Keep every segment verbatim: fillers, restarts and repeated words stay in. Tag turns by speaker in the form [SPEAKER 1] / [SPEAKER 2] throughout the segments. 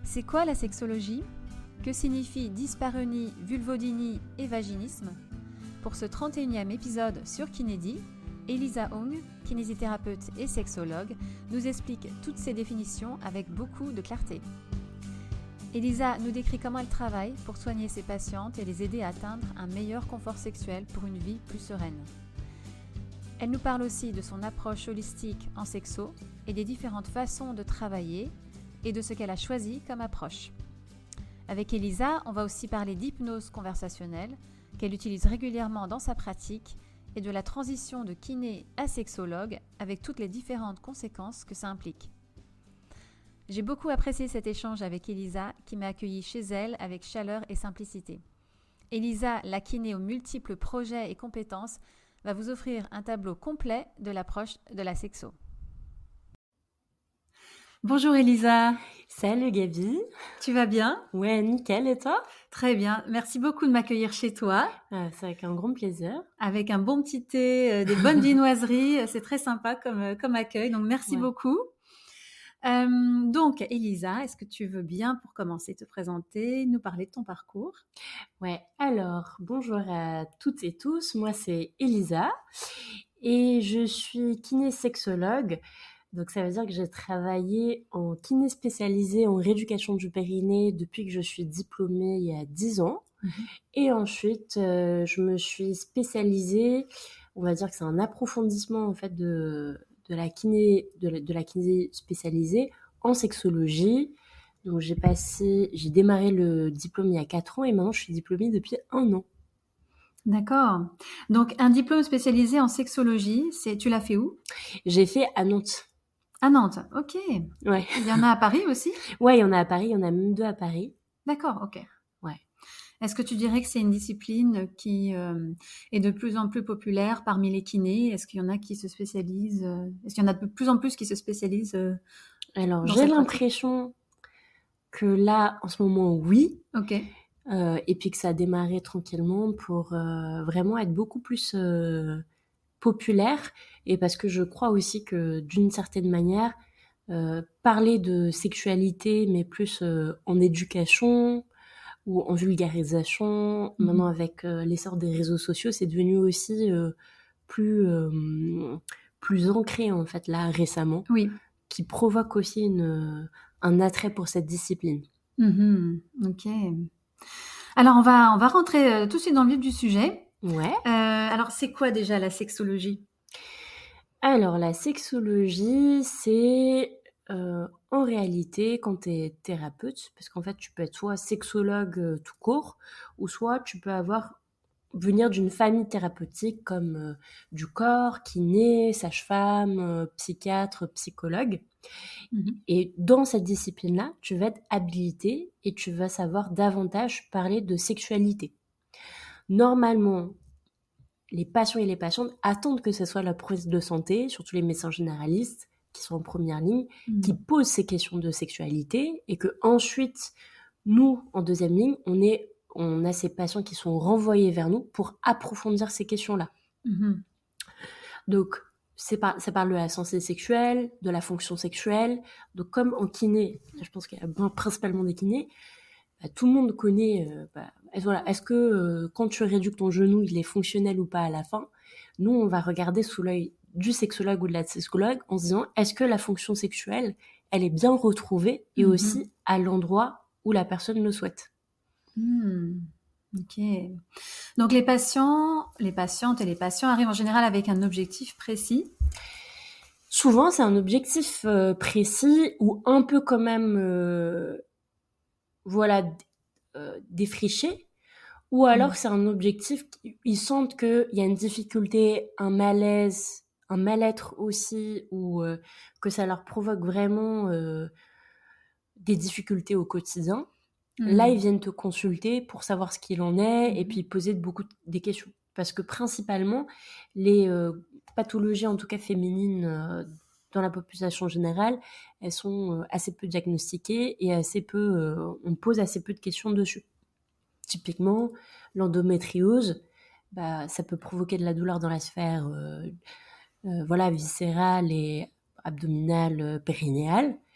[SPEAKER 1] C'est quoi la sexologie ? Que signifie dyspareunie, vulvodynie et vaginisme ? Pour ce trente et unième épisode sur Kinédi, Elisa Hong, kinésithérapeute et sexologue, nous explique toutes ces définitions avec beaucoup de clarté. Elisa nous décrit comment elle travaille pour soigner ses patientes et les aider à atteindre un meilleur confort sexuel pour une vie plus sereine. Elle nous parle aussi de son approche holistique en sexo et des différentes façons de travailler et de ce qu'elle a choisi comme approche. Avec Elisa, on va aussi parler d'hypnose conversationnelle qu'elle utilise régulièrement dans sa pratique et de la transition de kiné à sexologue avec toutes les différentes conséquences que ça implique. J'ai beaucoup apprécié cet échange avec Elisa qui m'a accueillie chez elle avec chaleur et simplicité. Elisa, la kiné aux multiples projets et compétences, va vous offrir un tableau complet de l'approche de la sexo. Bonjour Elisa.
[SPEAKER 2] Salut Gabi.
[SPEAKER 1] Tu vas bien ?
[SPEAKER 2] Ouais, nickel, et toi ?
[SPEAKER 1] Très bien, merci beaucoup de m'accueillir chez toi.
[SPEAKER 2] Ah, c'est avec un grand plaisir.
[SPEAKER 1] Avec un bon petit thé, euh, des bonnes viennoiseries, c'est très sympa comme, comme accueil, donc merci ouais. beaucoup. Euh, donc Elisa, est-ce que tu veux bien pour commencer te présenter, nous parler de ton parcours ?
[SPEAKER 2] Ouais, alors bonjour à toutes et tous, moi c'est Elisa et je suis kiné-sexologue. Donc ça veut dire que j'ai travaillé en kiné spécialisée en rééducation du périnée depuis que je suis diplômée il y a dix ans. Mmh. Et ensuite, euh, je me suis spécialisée, on va dire que c'est un approfondissement en fait de, de, la, kiné, de, la, de la kiné spécialisée en sexologie. Donc j'ai passé, j'ai démarré le diplôme il y a quatre ans et maintenant je suis diplômée depuis un an.
[SPEAKER 1] D'accord. Donc un diplôme spécialisé en sexologie, c'est, tu l'as fait où ?
[SPEAKER 2] J'ai fait à Nantes.
[SPEAKER 1] À Nantes, ok.
[SPEAKER 2] Ouais.
[SPEAKER 1] Il y en a à Paris aussi ?
[SPEAKER 2] Ouais, il y en a à Paris, il y en a même deux à Paris.
[SPEAKER 1] D'accord, ok.
[SPEAKER 2] Ouais.
[SPEAKER 1] Est-ce que tu dirais que c'est une discipline qui euh, est de plus en plus populaire parmi les kinés ? Est-ce qu'il y en a qui se spécialisent euh, Est-ce qu'il y en a de plus en plus qui se spécialisent euh,
[SPEAKER 2] Alors, j'ai l'impression que là, en ce moment, oui.
[SPEAKER 1] Ok.
[SPEAKER 2] Euh, et puis que ça a démarré tranquillement pour euh, vraiment être beaucoup plus euh, populaire. Et parce que je crois aussi que d'une certaine manière, euh, parler de sexualité, mais plus euh, en éducation ou en vulgarisation, mmh. maintenant avec euh, l'essor des réseaux sociaux, c'est devenu aussi euh, plus, euh, plus ancré en fait là récemment,
[SPEAKER 1] oui.
[SPEAKER 2] qui provoque aussi une, un attrait pour cette discipline.
[SPEAKER 1] Mmh, ok. Alors on va, on va rentrer euh, tout de suite dans le vif du sujet.
[SPEAKER 2] Ouais.
[SPEAKER 1] Euh, alors c'est quoi déjà la sexologie ?
[SPEAKER 2] Alors la sexologie, c'est euh, en réalité quand tu es thérapeute, parce qu'en fait tu peux être soit sexologue euh, tout court, ou soit tu peux avoir venir d'une famille thérapeutique comme euh, du corps, kiné, sage-femme, euh, psychiatre, psychologue. Mmh. Et dans cette discipline-là, tu vas être habilité et tu vas savoir davantage parler de sexualité. Normalement, les patients et les patientes attendent que ce soit la prise de santé, surtout les médecins généralistes qui sont en première ligne, mmh. qui posent ces questions de sexualité et que ensuite, nous, en deuxième ligne, on est on a ces patients qui sont renvoyés vers nous pour approfondir ces questions-là. Mmh. Donc, c'est par, ça parle de la santé sexuelle, de la fonction sexuelle. Donc, comme en kiné, je pense qu'il y a principalement des kinés, bah, tout le monde connaît, euh, bah, voilà, est-ce que euh, quand tu réduis ton genou, il est fonctionnel ou pas à la fin ? Nous, on va regarder sous l'œil du sexologue ou de la sexologue en se disant, est-ce que la fonction sexuelle, elle est bien retrouvée et mmh. aussi à l'endroit où la personne le souhaite ?
[SPEAKER 1] Mmh, ok. Donc les patients, les patientes et les patients arrivent en général avec un objectif précis.
[SPEAKER 2] Souvent, c'est un objectif euh, précis ou un peu quand même, euh, voilà, d- euh, défriché. Ou alors, mmh. c'est un objectif, ils sentent qu'il y a une difficulté, un malaise, un mal-être aussi, ou euh, que ça leur provoque vraiment euh, des difficultés au quotidien. Mmh. Là, ils viennent te consulter pour savoir ce qu'il en est mmh. et puis poser beaucoup de, des questions. Parce que principalement, les euh, pathologies, en tout cas féminines, euh, dans la population générale, elles sont euh, assez peu diagnostiquées et assez peu, euh, on pose assez peu de questions dessus. Typiquement, l'endométriose, bah, ça peut provoquer de la douleur dans la sphère euh, euh, voilà, viscérale et abdominale, euh, périnéale.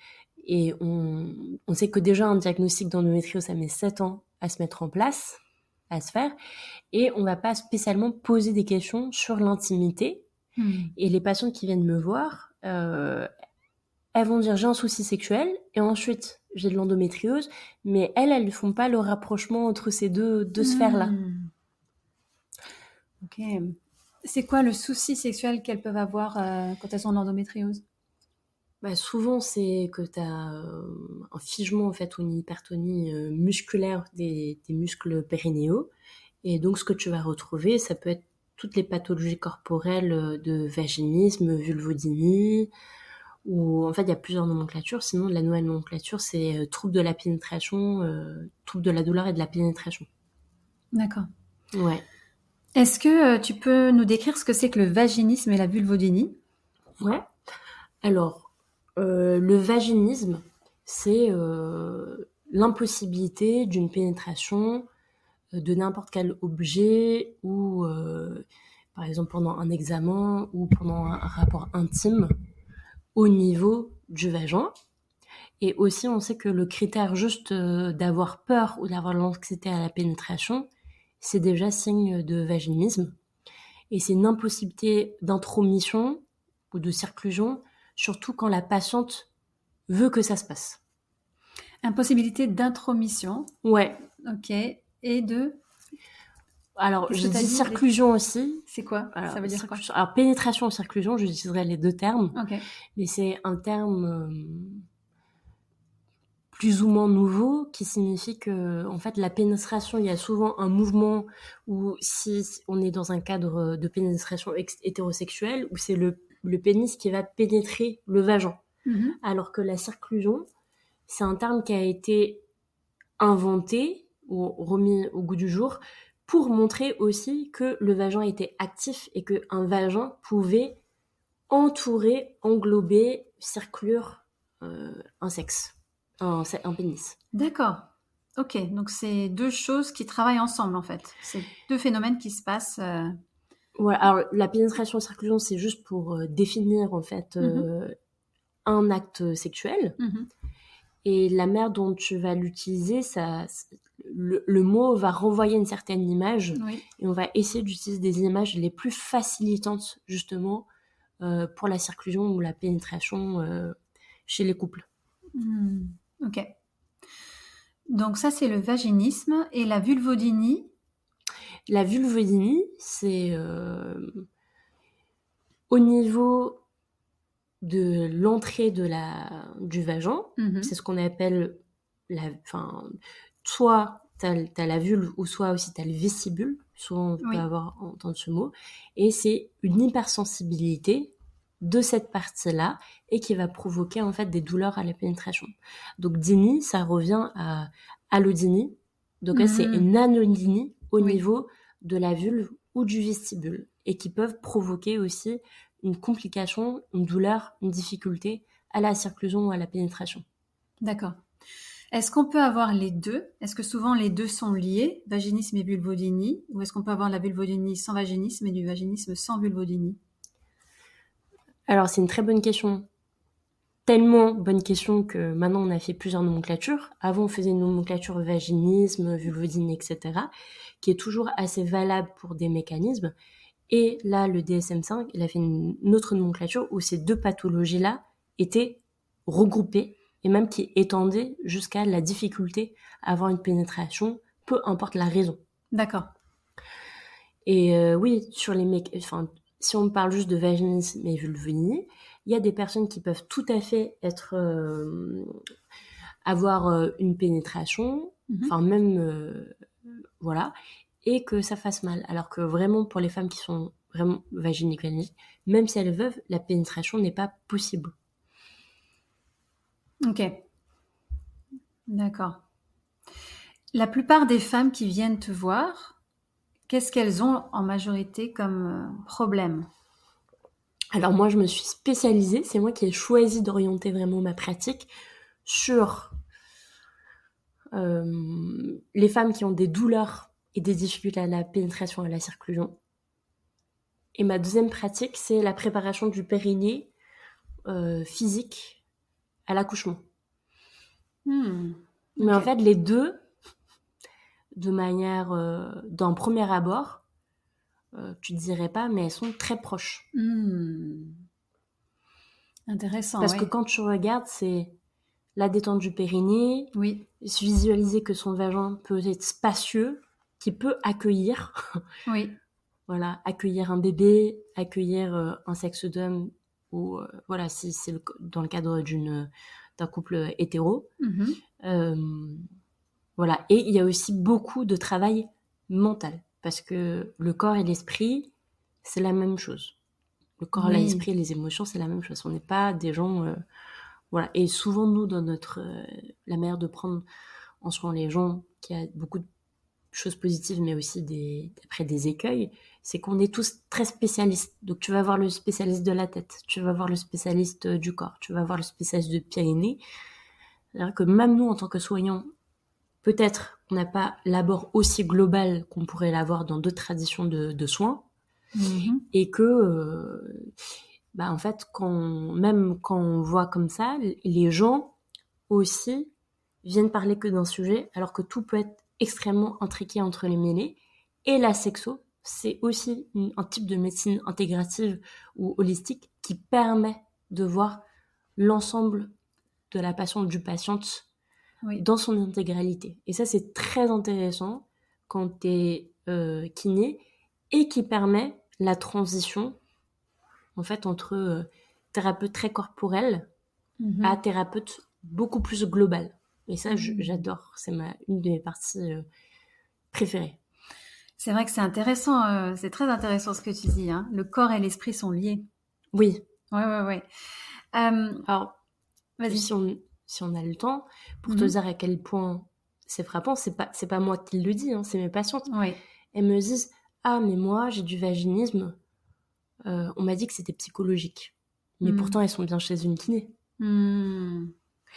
[SPEAKER 2] Et on, on sait que déjà un diagnostic d'endométriose, ça met sept ans à se mettre en place, à se faire. Et on va pas spécialement poser des questions sur l'intimité.
[SPEAKER 1] Mmh.
[SPEAKER 2] Et les patientes qui viennent me voir, euh, elles vont dire j'ai un souci sexuel et ensuite j'ai de l'endométriose, mais elles, elles ne font pas le rapprochement entre ces deux, deux sphères-là.
[SPEAKER 1] Mmh. Ok. C'est quoi le souci sexuel qu'elles peuvent avoir euh, quand elles ont de l'endométriose?
[SPEAKER 2] Bah, souvent, c'est que tu as euh, un figement en fait, ou une hypertonie euh, musculaire des, des muscles périnéaux. Et donc, ce que tu vas retrouver, ça peut être toutes les pathologies corporelles euh, de vaginisme, vulvodynie, ou en fait, il y a plusieurs nomenclatures. Sinon, la nouvelle nomenclature, c'est euh, trouble de la pénétration, euh, trouble de la douleur et de la pénétration.
[SPEAKER 1] D'accord.
[SPEAKER 2] Ouais.
[SPEAKER 1] Est-ce que euh, tu peux nous décrire ce que c'est que le vaginisme et la vulvodynie?
[SPEAKER 2] Ouais. Alors, euh, le vaginisme, c'est euh, l'impossibilité d'une pénétration de n'importe quel objet ou, euh, par exemple, pendant un examen ou pendant un rapport intime au niveau du vagin. Et aussi, on sait que le critère juste euh, d'avoir peur ou d'avoir l'anxiété à la pénétration, c'est déjà signe de vaginisme. Et c'est une impossibilité d'intromission ou de circlusion, surtout quand la patiente veut que ça se passe.
[SPEAKER 1] Impossibilité d'intromission.
[SPEAKER 2] Ouais.
[SPEAKER 1] Ok. Et de...
[SPEAKER 2] Alors,
[SPEAKER 1] Qu'est-ce
[SPEAKER 2] j'ai
[SPEAKER 1] que t'as
[SPEAKER 2] dit
[SPEAKER 1] dit?
[SPEAKER 2] circlusion aussi.
[SPEAKER 1] C'est quoi?
[SPEAKER 2] Alors,
[SPEAKER 1] Ça veut dire quoi?
[SPEAKER 2] circlusion- alors, pénétration et circlusion, j'utiliserai les deux termes,
[SPEAKER 1] Ok.
[SPEAKER 2] mais c'est un terme euh, plus ou moins nouveau qui signifie que, en fait, la pénétration, il y a souvent un mouvement où si on est dans un cadre de pénétration ex- hétérosexuelle, où c'est le, le pénis qui va pénétrer le vagin.
[SPEAKER 1] Mhm.
[SPEAKER 2] Alors que la circlusion, c'est un terme qui a été inventé ou remis au goût du jour pour montrer aussi que le vagin était actif et qu'un vagin pouvait entourer, englober, circlure euh, un sexe, un, un pénis.
[SPEAKER 1] D'accord. Ok. Donc, c'est deux choses qui travaillent ensemble, en fait. C'est deux phénomènes qui se passent. euh,
[SPEAKER 2] Voilà, alors la pénétration circlusion, c'est juste pour euh, définir en fait euh,
[SPEAKER 1] Mhm.
[SPEAKER 2] un acte sexuel.
[SPEAKER 1] Mhm.
[SPEAKER 2] Et la manière dont tu vas l'utiliser, ça, le, le mot va renvoyer une certaine image.
[SPEAKER 1] Oui.
[SPEAKER 2] Et on va essayer d'utiliser des images les plus facilitantes, justement, euh, pour la circlusion ou la pénétration euh, chez les couples.
[SPEAKER 1] Hmm. Ok. Donc, ça, c'est le vaginisme. Et la vulvodynie?
[SPEAKER 2] La vulvodynie, c'est euh, au niveau de l'entrée de la, du vagin.
[SPEAKER 1] Mhm.
[SPEAKER 2] C'est ce qu'on appelle, la, enfin, soit tu as la vulve ou soit aussi tu as le vestibule. Souvent, on
[SPEAKER 1] Oui.
[SPEAKER 2] peut avoir entendu ce mot. Et c'est une hypersensibilité de cette partie-là et qui va provoquer en fait des douleurs à la pénétration. Donc, dynie, ça revient à allodynie. Donc, là, c'est
[SPEAKER 1] Mhm.
[SPEAKER 2] une anodynie au
[SPEAKER 1] Oui.
[SPEAKER 2] niveau de la vulve ou du vestibule et qui peuvent provoquer aussi une complication, une douleur, une difficulté à la circlusion ou à la pénétration.
[SPEAKER 1] D'accord. Est-ce qu'on peut avoir les deux? Est-ce que souvent les deux sont liés, vaginisme et vulvodynie? Ou est-ce qu'on peut avoir la vulvodynie sans vaginisme et du vaginisme sans vulvodynie?
[SPEAKER 2] Alors, c'est une très bonne question. Tellement bonne question que maintenant, on a fait plusieurs nomenclatures. Avant, on faisait une nomenclature vaginisme, vulvodynie, et cetera, qui est toujours assez valable pour des mécanismes. Et là, le D S M cinq, il a fait une autre nomenclature où ces deux pathologies-là étaient regroupées et même qui étendaient jusqu'à la difficulté à avoir une pénétration, peu importe la raison.
[SPEAKER 1] D'accord.
[SPEAKER 2] Et euh, oui, sur les mé- enfin, si on parle juste de vaginisme et vulvodynie, il y a des personnes qui peuvent tout à fait être euh, avoir euh, une pénétration,
[SPEAKER 1] Mhm.
[SPEAKER 2] enfin même euh, voilà, et que ça fasse mal. Alors que vraiment pour les femmes qui sont vraiment vaginiques, même si elles veulent, la pénétration n'est pas possible.
[SPEAKER 1] Ok. D'accord. La plupart des femmes qui viennent te voir, qu'est-ce qu'elles ont en majorité comme euh, problème?
[SPEAKER 2] Alors moi, je me suis spécialisée, c'est moi qui ai choisi d'orienter vraiment ma pratique sur euh, les femmes qui ont des douleurs et des difficultés à la pénétration et à la circlusion. Et ma deuxième pratique, c'est la préparation du périnée euh, physique à l'accouchement.
[SPEAKER 1] Hmm.
[SPEAKER 2] Mais
[SPEAKER 1] Ok.
[SPEAKER 2] en fait, les deux, de manière, euh, d'un premier abord, euh, tu ne dirais pas, mais elles sont très proches.
[SPEAKER 1] Hmm. Intéressant,
[SPEAKER 2] Parce que
[SPEAKER 1] oui.
[SPEAKER 2] quand tu regardes, c'est la détente du périnée,
[SPEAKER 1] Oui,
[SPEAKER 2] se visualiser que son vagin peut être spacieux, qui peut accueillir,
[SPEAKER 1] oui.
[SPEAKER 2] voilà, accueillir un bébé, accueillir euh, un sexe d'homme, ou euh, voilà, si c'est le, dans le cadre d'une, d'un couple hétéro.
[SPEAKER 1] Mhm.
[SPEAKER 2] Euh, voilà, et il y a aussi beaucoup de travail mental, parce que le corps et l'esprit, c'est la même chose. Le corps,
[SPEAKER 1] Oui.
[SPEAKER 2] l'esprit et les émotions, c'est la même chose. On n'est pas des gens... euh, voilà. Et souvent, nous, dans notre... euh, la manière de prendre en soin les gens, qui a beaucoup de choses positives, mais aussi des, après des écueils, c'est qu'on est tous très spécialistes. Donc, tu vas voir le spécialiste de la tête, tu vas voir le spécialiste euh, du corps, tu vas voir le spécialiste de pied et nez. C'est-à-dire que même nous, en tant que soignants, peut-être qu'on n'a pas l'abord aussi global qu'on pourrait l'avoir dans d'autres traditions de, de soins,
[SPEAKER 1] Mhm.
[SPEAKER 2] et que, euh, bah, en fait, quand, même quand on voit comme ça, les gens aussi viennent parler que d'un sujet, alors que tout peut être extrêmement intriqué entre les mêlés. Et la sexo, c'est aussi une- un type de médecine intégrative ou holistique qui permet de voir l'ensemble de la patiente, du patiente,
[SPEAKER 1] Oui.
[SPEAKER 2] dans son intégralité. Et ça, c'est très intéressant quand tu es euh, kiné, et qui permet la transition en fait entre euh, thérapeute très corporel à
[SPEAKER 1] Mhm.
[SPEAKER 2] thérapeute beaucoup plus global. Et ça, je-
[SPEAKER 1] Hmm.
[SPEAKER 2] j'adore. C'est ma, une de mes parties euh, préférées.
[SPEAKER 1] C'est vrai que c'est intéressant, euh, c'est très intéressant ce que tu dis, hein. Le corps et l'esprit sont liés.
[SPEAKER 2] Oui.
[SPEAKER 1] Ouais, ouais, ouais. Euh,
[SPEAKER 2] Alors,
[SPEAKER 1] vas-y.
[SPEAKER 2] si on, si on a le temps, pour te
[SPEAKER 1] Mhm.
[SPEAKER 2] dire à quel point c'est frappant, c'est pas, c'est pas moi qui le dis, hein, c'est mes patientes.
[SPEAKER 1] Oui.
[SPEAKER 2] Elles me disent, ah, mais moi, j'ai du vaginisme. Euh, on m'a dit que c'était psychologique. Mais
[SPEAKER 1] Hmm.
[SPEAKER 2] pourtant, elles sont bien chez une kiné.
[SPEAKER 1] Hmm.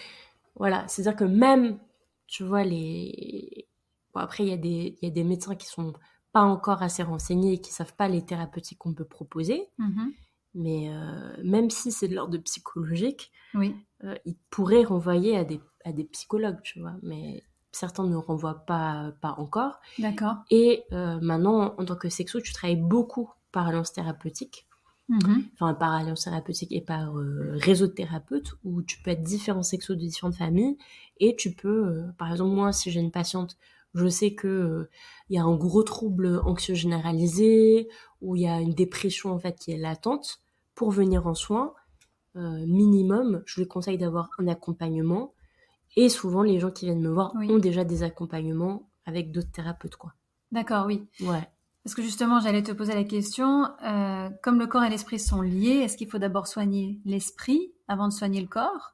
[SPEAKER 2] Voilà, c'est-à-dire que même, tu vois, les... Bon, après, il y a des, il y a des médecins qui sont pas encore assez renseignés et qui savent pas les thérapeutiques qu'on peut proposer.
[SPEAKER 1] Mhm.
[SPEAKER 2] Mais euh, même si c'est de l'ordre psychologique,
[SPEAKER 1] Oui.
[SPEAKER 2] euh, ils pourraient renvoyer à des, à des psychologues, tu vois. Mais certains ne renvoient pas, pas encore.
[SPEAKER 1] D'accord.
[SPEAKER 2] Et euh, maintenant, en tant que sexo, tu travailles beaucoup par alliance thérapeutique.
[SPEAKER 1] Mhm.
[SPEAKER 2] Enfin, par alliance thérapeutique et par euh, réseau de thérapeutes, où tu peux être différents sexos de différentes familles, et tu peux, euh, par exemple, moi, si j'ai une patiente, je sais que euh, il y a un gros trouble anxieux généralisé, ou il y a une dépression en fait qui est latente, pour venir en soins, euh, minimum, je lui conseille d'avoir un accompagnement, et souvent les gens qui viennent me voir ont
[SPEAKER 1] Oui.
[SPEAKER 2] déjà des accompagnements avec d'autres thérapeutes, quoi.
[SPEAKER 1] D'accord, oui.
[SPEAKER 2] Ouais.
[SPEAKER 1] Parce que justement, j'allais te poser la question, euh, comme le corps et l'esprit sont liés, est-ce qu'il faut d'abord soigner l'esprit avant de soigner le corps?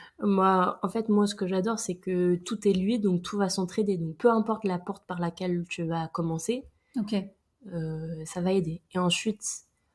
[SPEAKER 2] Moi, en fait, moi, ce que j'adore, c'est que tout est lié, donc tout va s'entraider. Donc, peu importe la porte par laquelle tu vas commencer,
[SPEAKER 1] Ok.
[SPEAKER 2] euh, ça va aider. Et ensuite,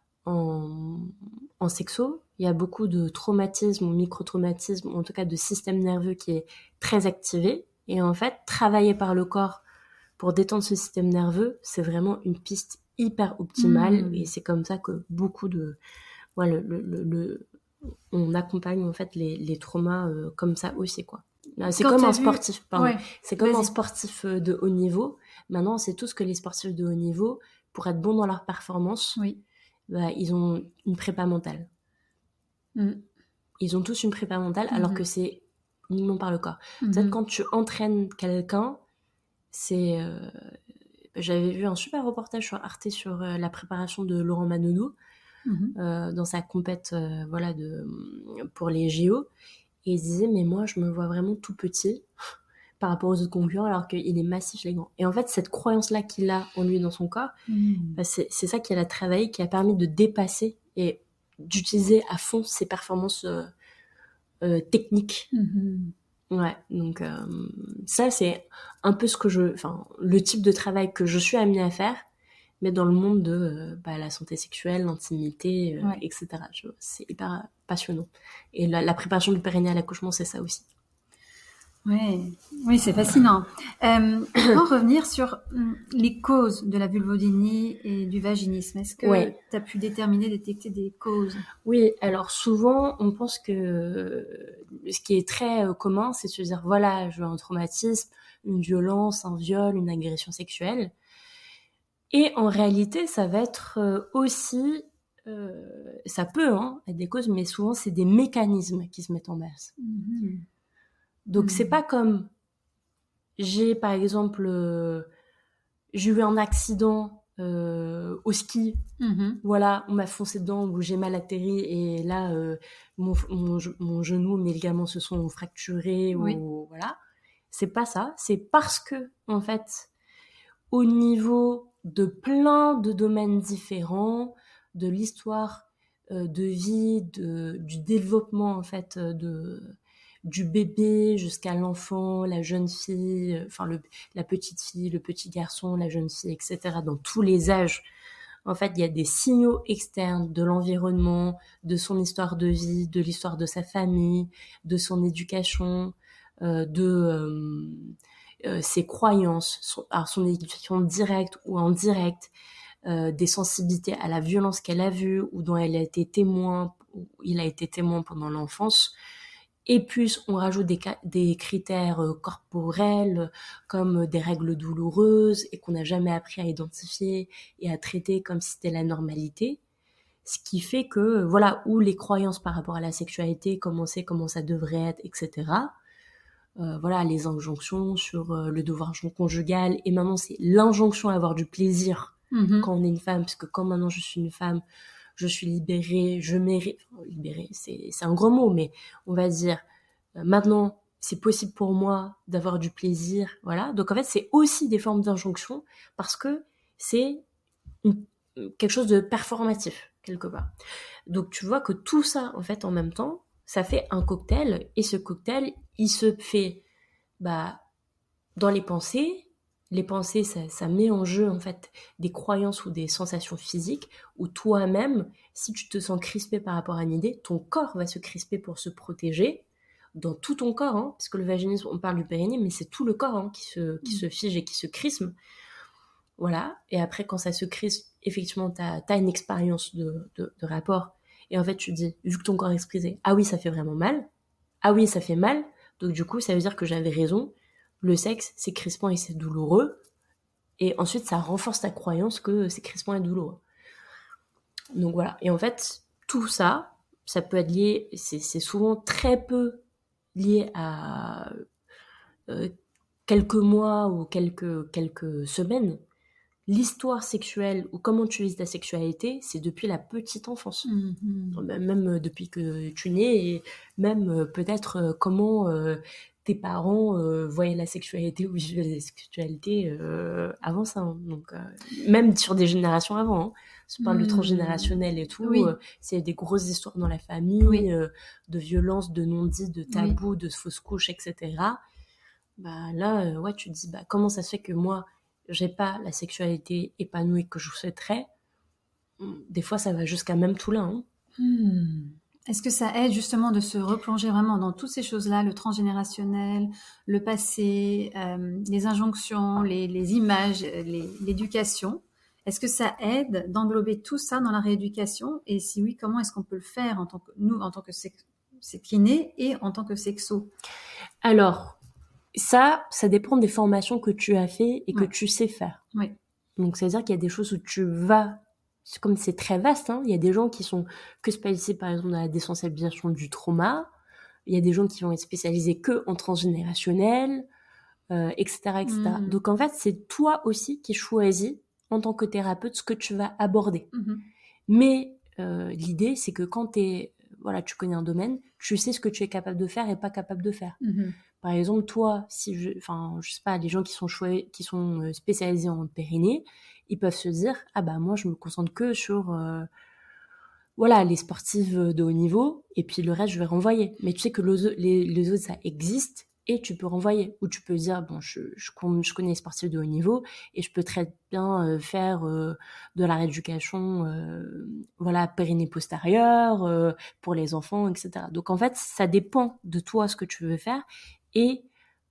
[SPEAKER 2] en, en sexo, il y a beaucoup de traumatismes ou micro-traumatismes, ou en tout cas de système nerveux qui est très activé. Et en fait, travailler par le corps pour détendre ce système nerveux, c'est vraiment une piste hyper optimale. Et
[SPEAKER 1] Hmm.
[SPEAKER 2] c'est comme ça que beaucoup de... Ouais, le, le, le, le- on accompagne en fait les, les traumas euh, comme ça aussi, quoi. Euh, C'est
[SPEAKER 1] Quand
[SPEAKER 2] comme
[SPEAKER 1] tu as
[SPEAKER 2] un
[SPEAKER 1] vu...
[SPEAKER 2] sportif, pardon.
[SPEAKER 1] Ouais,
[SPEAKER 2] C'est comme un
[SPEAKER 1] vas-y.
[SPEAKER 2] sportif euh, de haut niveau. Maintenant, c'est tout ce que les sportifs de haut niveau, pour être bons dans leur performance,
[SPEAKER 1] Oui.
[SPEAKER 2] bah, ils ont une prépa mentale.
[SPEAKER 1] Hmm.
[SPEAKER 2] Ils ont tous une prépa mentale, alors que
[SPEAKER 1] Mhm.
[SPEAKER 2] c'est uniquement par le corps. Peut-être
[SPEAKER 1] Mhm.
[SPEAKER 2] quand tu entraînes quelqu'un, c'est... euh, J'avais vu un super reportage sur Arte sur euh, la préparation de Laurent Manodou
[SPEAKER 1] Mhm.
[SPEAKER 2] euh, dans sa compète euh, voilà, de, pour les J O. Et il disait, mais moi, je me vois vraiment tout petit par rapport aux autres concurrents, alors qu'il est massif, les grands. Et en fait, cette croyance-là qu'il a en lui, dans son corps,
[SPEAKER 1] Hmm.
[SPEAKER 2] bah, c'est, c'est ça qu'il a travaillé, qui a permis de dépasser et d'utiliser à fond ses performances euh, euh, techniques.
[SPEAKER 1] Mhm.
[SPEAKER 2] Ouais, donc euh, ça, c'est un peu ce que je... Enfin, le type de travail que je suis amenée à faire, mais dans le monde de euh, bah, la santé sexuelle, l'intimité, euh,
[SPEAKER 1] Ouais.
[SPEAKER 2] et cetera. C'est hyper passionnant. Et la, la préparation du périnée à l'accouchement, c'est ça aussi.
[SPEAKER 1] Oui, oui, c'est fascinant. Euh, pour revenir sur hum, les causes de la vulvodynie et du vaginisme, est-ce que
[SPEAKER 2] Ouais.
[SPEAKER 1] tu as pu déterminer, détecter des causes?
[SPEAKER 2] Oui, alors souvent, on pense que euh, ce qui est très euh, commun, c'est de se dire, voilà, je veux un traumatisme, une violence, un viol, une agression sexuelle. Et en réalité, ça va être euh, aussi, euh, ça peut hein, être des causes, mais souvent, c'est des mécanismes qui se mettent en place.
[SPEAKER 1] Mhm.
[SPEAKER 2] Donc, c'est
[SPEAKER 1] Mhm.
[SPEAKER 2] pas comme, j'ai par exemple, euh, j'ai eu un accident euh, au ski.
[SPEAKER 1] Mhm.
[SPEAKER 2] Voilà, on m'a foncé dedans ou j'ai mal atterri et là, euh, mon, mon, mon genou, mes ligaments se sont fracturés
[SPEAKER 1] Oui.
[SPEAKER 2] ou voilà. C'est pas ça. C'est parce que, en fait, au niveau de plein de domaines différents, de l'histoire euh, de vie, de, du développement, en fait, de, du bébé jusqu'à l'enfant, la jeune fille, euh, enfin, le, la petite fille, le petit garçon, la jeune fille, et cetera, dans tous les âges. En fait, il y a des signaux externes de l'environnement, de son histoire de vie, de l'histoire de sa famille, de son éducation, euh, de euh, euh, ses croyances, son, alors son éducation directe ou indirecte, euh, des sensibilités à la violence qu'elle a vue ou dont elle a été témoin, ou il a été témoin pendant l'enfance. Et plus, on rajoute des, des critères corporels comme des règles douloureuses et qu'on n'a jamais appris à identifier et à traiter comme si c'était la normalité. Ce qui fait que, voilà, où les croyances par rapport à la sexualité, comment c'est, comment ça devrait être, et cetera. Euh, voilà, les injonctions sur euh, le devoir conjugal. Et maintenant, c'est l'injonction à avoir du plaisir
[SPEAKER 1] Mhm.
[SPEAKER 2] quand on est une femme, parce que quand maintenant je suis une femme, je suis libérée, je mérite, enfin, libérée, c'est, c'est un gros mot, mais on va dire, euh, maintenant, c'est possible pour moi d'avoir du plaisir, voilà. Donc en fait, c'est aussi des formes d'injonction parce que c'est une, quelque chose de performatif, quelque part. Donc tu vois que tout ça, en fait, en même temps, ça fait un cocktail, et ce cocktail, il se fait, bah, dans les pensées. Les pensées, ça, ça met en jeu en fait des croyances ou des sensations physiques où toi-même, si tu te sens crispé par rapport à une idée, ton corps va se crisper pour se protéger dans tout ton corps, hein, parce que le vaginisme, on parle du périnée, mais c'est tout le corps hein, qui, se, qui se fige et qui se crispe. Voilà, et après quand ça se crispe, effectivement, tu as une expérience de, de, de rapport, et en fait tu te dis, vu que ton corps est expressé, ah oui, ça fait vraiment mal, ah oui, ça fait mal, donc du coup, ça veut dire que j'avais raison, le sexe, c'est crispant et c'est douloureux. Et ensuite, ça renforce ta croyance que c'est crispant et douloureux. Donc voilà. Et en fait, tout ça, ça peut être lié, c'est, c'est souvent très peu lié à euh, quelques mois ou quelques, quelques semaines. L'histoire sexuelle ou comment tu vis ta sexualité, c'est depuis la petite enfance.
[SPEAKER 1] Mhm.
[SPEAKER 2] Même depuis que tu nais, et même peut-être comment euh, tes parents euh, voyaient la sexualité ou vivaient la sexualité euh, avant ça. Hein. Donc, euh, même sur des générations avant. Hein. Si on parle de transgénérationnel et tout,
[SPEAKER 1] Oui.
[SPEAKER 2] euh, c'est des grosses histoires dans la famille,
[SPEAKER 1] Oui.
[SPEAKER 2] euh, de violences, de non-dits, de tabous,
[SPEAKER 1] Oui.
[SPEAKER 2] de fausses couches, et cetera. Bah, là, euh, ouais, tu te dis, bah, comment ça se fait que moi, j'ai pas la sexualité épanouie que je souhaiterais. Des fois, ça va jusqu'à même tout là. Hein.
[SPEAKER 1] Hmm. Est-ce que ça aide justement de se replonger vraiment dans toutes ces choses-là, le transgénérationnel, le passé, euh, les injonctions, les, les images, les, l'éducation? Est-ce que ça aide d'englober tout ça dans la rééducation? Et si oui, comment est-ce qu'on peut le faire en tant que nous, en tant que sex, c'est kiné et en tant que sexo?
[SPEAKER 2] Alors, ça, ça dépend des formations que tu as fait et que
[SPEAKER 1] Ouais.
[SPEAKER 2] tu sais faire.
[SPEAKER 1] Oui.
[SPEAKER 2] Donc, ça veut dire qu'il y a des choses où tu vas, c'est comme c'est très vaste, hein, il y a des gens qui sont que spécialisés, par exemple, dans la désensibilisation du trauma. Il y a des gens qui vont être spécialisés que en transgénérationnel, euh, et cetera, et cetera.
[SPEAKER 1] Mmh.
[SPEAKER 2] Donc, en fait, c'est toi aussi qui choisis, en tant que thérapeute, ce que tu vas aborder.
[SPEAKER 1] Mmh.
[SPEAKER 2] Mais euh, l'idée, c'est que quand t'es, voilà, tu connais un domaine, tu sais ce que tu es capable de faire et pas capable de faire.
[SPEAKER 1] Mmh.
[SPEAKER 2] Par exemple, toi, si je, enfin, je sais pas, les gens qui sont choi- qui sont spécialisés en périnée, ils peuvent se dire, ah bah moi, je me concentre que sur, euh, voilà, les sportives de haut niveau, et puis le reste, je vais renvoyer. Mais tu sais que les, les, les autres, ça existe, et tu peux renvoyer. Ou tu peux dire, bon, je, je, je connais les sportifs de haut niveau, et je peux très bien euh, faire euh, de la rééducation, euh, voilà, périnée postérieure, euh, pour les enfants, et cetera. Donc en fait, ça dépend de toi ce que tu veux faire, et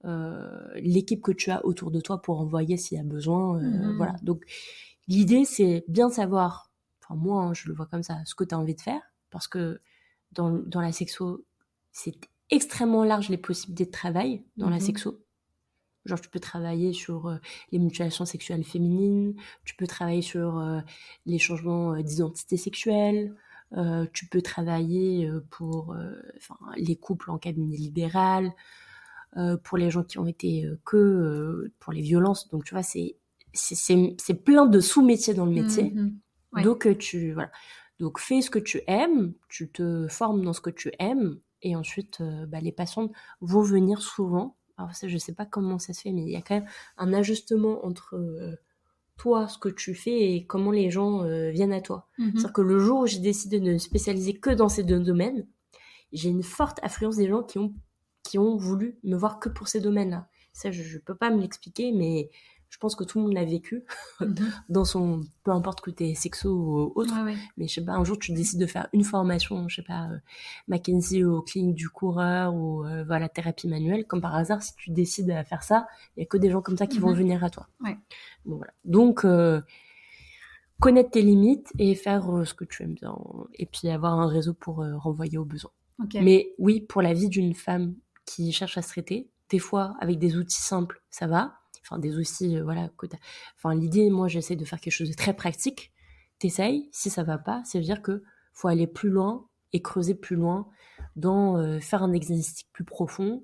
[SPEAKER 2] euh, l'équipe que tu as autour de toi pour envoyer s'il y a besoin. Euh,
[SPEAKER 1] Mhm.
[SPEAKER 2] Voilà. Donc, l'idée, c'est bien savoir, enfin moi, hein, je le vois comme ça, ce que tu as envie de faire, parce que dans, dans la sexo, c'est extrêmement large les possibilités de travail dans la
[SPEAKER 1] Mhm.
[SPEAKER 2] sexo. Genre, tu peux travailler sur euh, les mutilations sexuelles féminines, tu peux travailler sur euh, les changements euh, d'identité sexuelle, euh, tu peux travailler euh, pour euh, enfin, les couples en cabinet libéral, euh, pour les gens qui ont été euh, que euh, pour les violences. Donc, tu vois, c'est, c'est, c'est, c'est plein de sous-métiers dans le métier.
[SPEAKER 1] Mhm. Ouais.
[SPEAKER 2] Donc, euh, tu, voilà. Donc, fais ce que tu aimes, tu te formes dans ce que tu aimes, et ensuite, euh, bah, les patientes vont venir souvent. Alors, ça, je sais pas comment ça se fait, mais il y a quand même un ajustement entre euh, toi, ce que tu fais, et comment les gens euh, viennent à toi.
[SPEAKER 1] Mhm.
[SPEAKER 2] C'est-à-dire que le jour où j'ai décidé de me spécialiser que dans ces deux domaines, j'ai une forte affluence des gens qui ont, qui ont voulu me voir que pour ces domaines-là. Ça, je, je peux pas me l'expliquer, mais je pense que tout le monde l'a vécu
[SPEAKER 1] Mhm.
[SPEAKER 2] dans son, peu importe que t'es sexo ou autre.
[SPEAKER 1] Ouais, ouais.
[SPEAKER 2] Mais je sais pas, un jour tu décides de faire une formation, je sais pas, euh, Mackenzie aux cliniques du coureur ou euh, voilà, thérapie manuelle. Comme par hasard, si tu décides de faire ça, il y a que des gens comme ça qui vont
[SPEAKER 1] Mhm.
[SPEAKER 2] venir à toi.
[SPEAKER 1] Ouais.
[SPEAKER 2] Bon, voilà. Donc, euh, connaître tes limites et faire euh, ce que tu aimes bien. Et puis avoir un réseau pour euh, renvoyer aux besoins.
[SPEAKER 1] Ok.
[SPEAKER 2] Mais oui, pour la vie d'une femme qui cherche à se traiter, des fois, avec des outils simples, ça va. Enfin, des outils, euh, voilà. Que t'as- enfin, l'idée, moi, j'essaie de faire quelque chose de très pratique. T'essayes, si ça va pas, ça veut dire que faut aller plus loin et creuser plus loin dans euh, faire un diagnostic plus profond.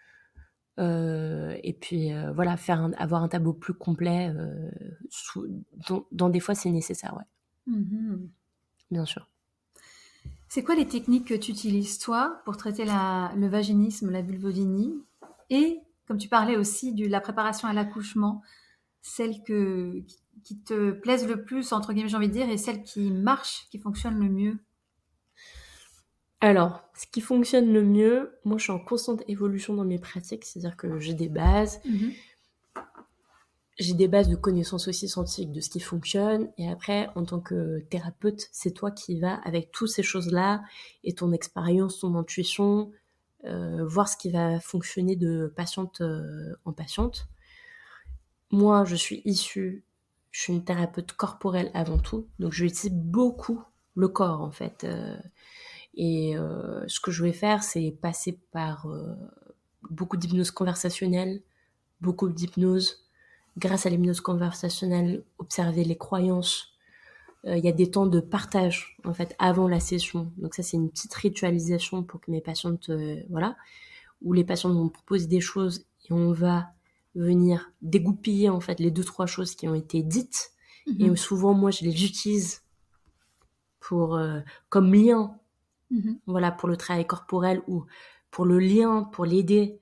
[SPEAKER 2] Euh, et puis euh, voilà, faire un- avoir un tableau plus complet. Euh, sous- dans, dans des fois, c'est nécessaire, ouais,
[SPEAKER 1] Mhm.
[SPEAKER 2] bien sûr.
[SPEAKER 1] C'est quoi les techniques que tu utilises, toi, pour traiter la, le vaginisme, la vulvodynie? Et, comme tu parlais aussi de la préparation à l'accouchement, celles que, qui, qui te plaisent le plus, entre guillemets, j'ai envie de dire, et celles qui marchent, qui fonctionnent le mieux?
[SPEAKER 2] Alors, ce qui fonctionne le mieux, moi je suis en constante évolution dans mes pratiques, c'est-à-dire que j'ai des bases,
[SPEAKER 1] Mhm.
[SPEAKER 2] j'ai des bases de connaissances aussi scientifiques de ce qui fonctionne, et après, en tant que thérapeute, c'est toi qui vas avec toutes ces choses-là, et ton expérience, ton intuition, euh, voir ce qui va fonctionner de patiente euh, en patiente. Moi, je suis issue, je suis une thérapeute corporelle avant tout, donc je utilise beaucoup le corps en fait. Euh, et euh, ce que je vais faire, c'est passer par euh, beaucoup d'hypnose conversationnelle, beaucoup d'hypnose. Grâce à l'hypnose conversationnelle, observer les croyances. Euh, Il y a des temps de partage en fait avant la session. Donc ça, c'est une petite ritualisation pour que mes patientes, euh, voilà, où les patientes vont me proposer des choses et on va venir dégoupiller en fait les deux trois choses qui ont été dites. Et
[SPEAKER 1] Mhm.
[SPEAKER 2] souvent, moi, je les utilise pour euh, comme lien,
[SPEAKER 1] Mhm.
[SPEAKER 2] voilà, pour le travail corporel ou pour le lien, pour l'aider